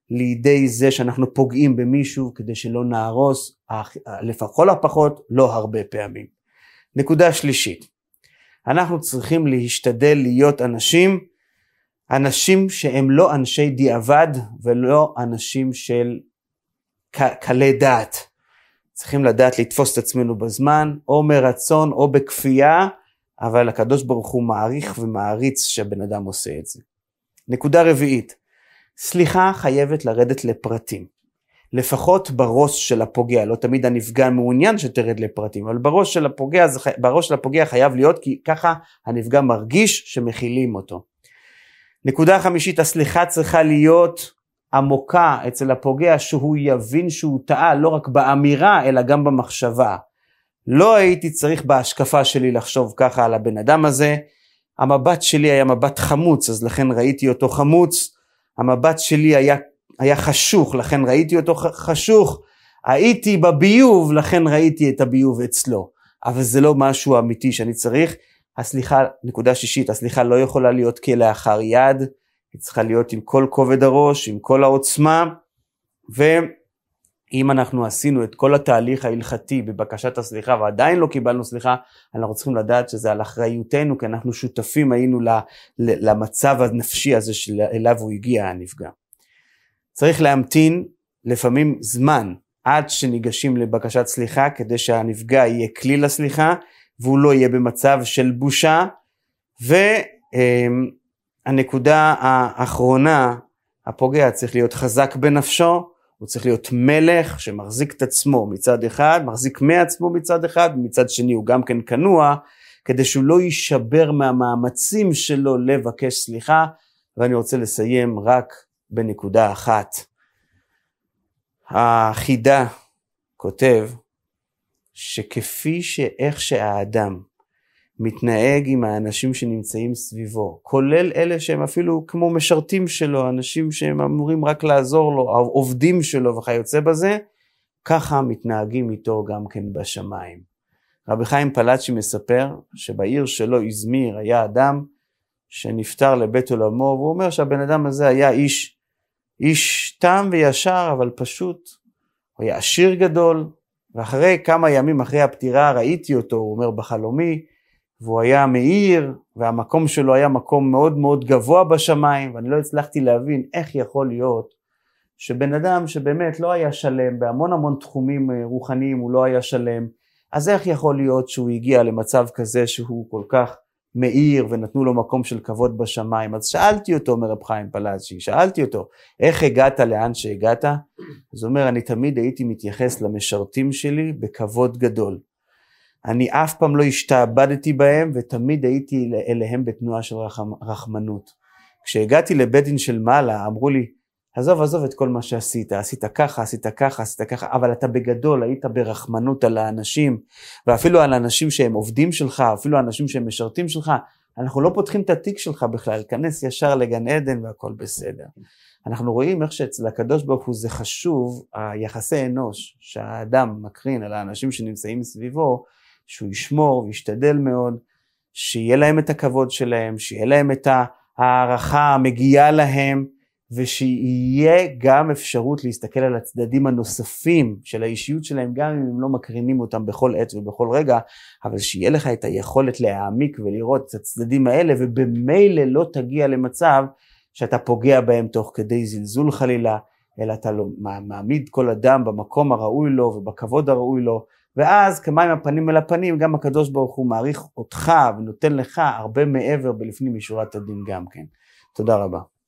לידי זה שאנחנו פוגעים במישהו כדי שלא נהרוס, לפחות הפחות, לא הרבה פעמים. נקודה שלישית, אנחנו צריכים להשתדל להיות אנשים שהם לא אנשי דיעבד ולא אנשים של קלי דעת. צריכים לדעת לתפוס את עצמנו בזמן, או מרצון או בכפייה, אבל הקדוש ברוך הוא מעריך ומעריץ שהבן אדם עושה את זה. נקודה רביעית, סליחה חייבת לרדת לפרטים. לפחות בראש של הפוגע, לא תמיד הנפגע מעוניין שתרד לפרטים, אבל בראש של הפוגע חייב להיות, כי ככה הנפגע מרגיש שמכילים אותו. נקודה חמישית, הסליחה צריכה להיות עמוקה אצל הפוגע, שהוא יבין שהוא טעה לא רק באמירה אלא גם במחשבה. לא הייתי צריך בהשקפה שלי לחשוב ככה על הבן אדם הזה, המבט שלי היה מבט חמוץ, אז לכן ראיתי אותו חמוץ, המבט שלי היה חשוך, לכן ראיתי אותו חשוך, הייתי בביוב, לכן ראיתי את הביוב אצלו, אבל זה לא משהו אמיתי שאני צריך. הסליחה, נקודה שישית, הסליחה לא יכולה להיות כלאחר יד, היא צריכה להיות עם כל כובד הראש, עם כל העוצמה, ואם אנחנו עשינו את כל התהליך ההלכתי בבקשת הסליחה, ועדיין לא קיבלנו סליחה, אנחנו צריכים לדעת שזה על אחריותנו, כי אנחנו שותפים היינו למצב הנפשי הזה שאליו הוא הגיע הנפגע. צריך להמתין לפעמים זמן, עד שניגשים לבקשת סליחה, כדי שהנפגע יהיה כלי לסליחה, והוא לא יהיה במצב של בושה. והנקודה האחרונה, הפוגע צריך להיות חזק בנפשו, הוא צריך להיות מלך שמחזיק את עצמו מצד אחד, מחזיק מעצמו מצד אחד, ומצד שני הוא גם כן כנוע, כדי שהוא לא יישבר מהמאמצים שלו לבקש סליחה. ואני רוצה לסיים רק בנקודה אחת. החידה כותב, שכפי שאיך שהאדם מתנהג עם האנשים שנמצאים סביבו, כולל אלה שהם אפילו כמו משרתים שלו, אנשים שהם אמורים רק לעזור לו, עובדים שלו וכיוצא בזה, ככה מתנהגים איתו גם כן בשמיים. רבי חיים פלאצ'י מספר שבעיר שלו איזמיר היה אדם שנפטר לבית עולמו, והוא אומר שהבן אדם הזה היה איש תם וישר, אבל פשוט הוא היה עשיר גדול, ואחרי כמה ימים אחרי הפטירה ראיתי אותו, הוא אומר בחלומי, והוא היה מאיר, והמקום שלו היה מקום מאוד מאוד גבוה בשמיים, ואני לא הצלחתי להבין איך יכול להיות שבן אדם שבאמת לא היה שלם, בהמון תחומים רוחניים הוא לא היה שלם, אז איך יכול להיות שהוא הגיע למצב כזה שהוא כל כך מאיר ונתנו לו מקום של כבוד בשמיים? אז שאלתי אותו, אומר רב חיים פלאצ'י, שאלתי אותו, איך הגעת לאן שהגעת? אז הוא אומר, אני תמיד הייתי מתייחס למשרתים שלי בכבוד גדול. אני אף פעם לא השתעבדתי בהם, ותמיד הייתי אליהם בתנועה של רחמנות. כשהגעתי לבית דין של מעלה, אמרו לי, עזוב את כל מה שעשית, עשית ככה, אבל אתה בגדול היית ברחמנות על האנשים, ואפילו על האנשים שהם עובדים שלך, אפילו האנשים שהם משרתים שלך, אנחנו לא פותחים את התיק שלך בכלל, כנס ישר לגן עדן והכל בסדר. אנחנו רואים איך שאצל הקדוש ברוך הוא זה חשוב, היחסי אנוש שהאדם מקרין על האנשים שנמצאים סביבו, שהוא ישמור וישתדל מאוד, שיהיה להם את הכבוד שלהם, שיהיה להם את הערכה המגיעה להם, ושיהיה גם אפשרות להסתכל על הצדדים הנוספים של האישיות שלהם, גם אם הם לא מקרינים אותם בכל עת ובכל רגע, אבל שיהיה לך את היכולת להעמיק ולראות את הצדדים האלה, ובמילא לא תגיע למצב שאתה פוגע בהם תוך כדי זלזול חלילה, אלא אתה לא מעמיד כל אדם במקום הראוי לו ובכבוד הראוי לו, ואז כמים הפנים אל הפנים, גם הקדוש ברוך הוא מעריך אותך ונותן לך הרבה מעבר בלפנים משורת הדין גם כן. תודה רבה.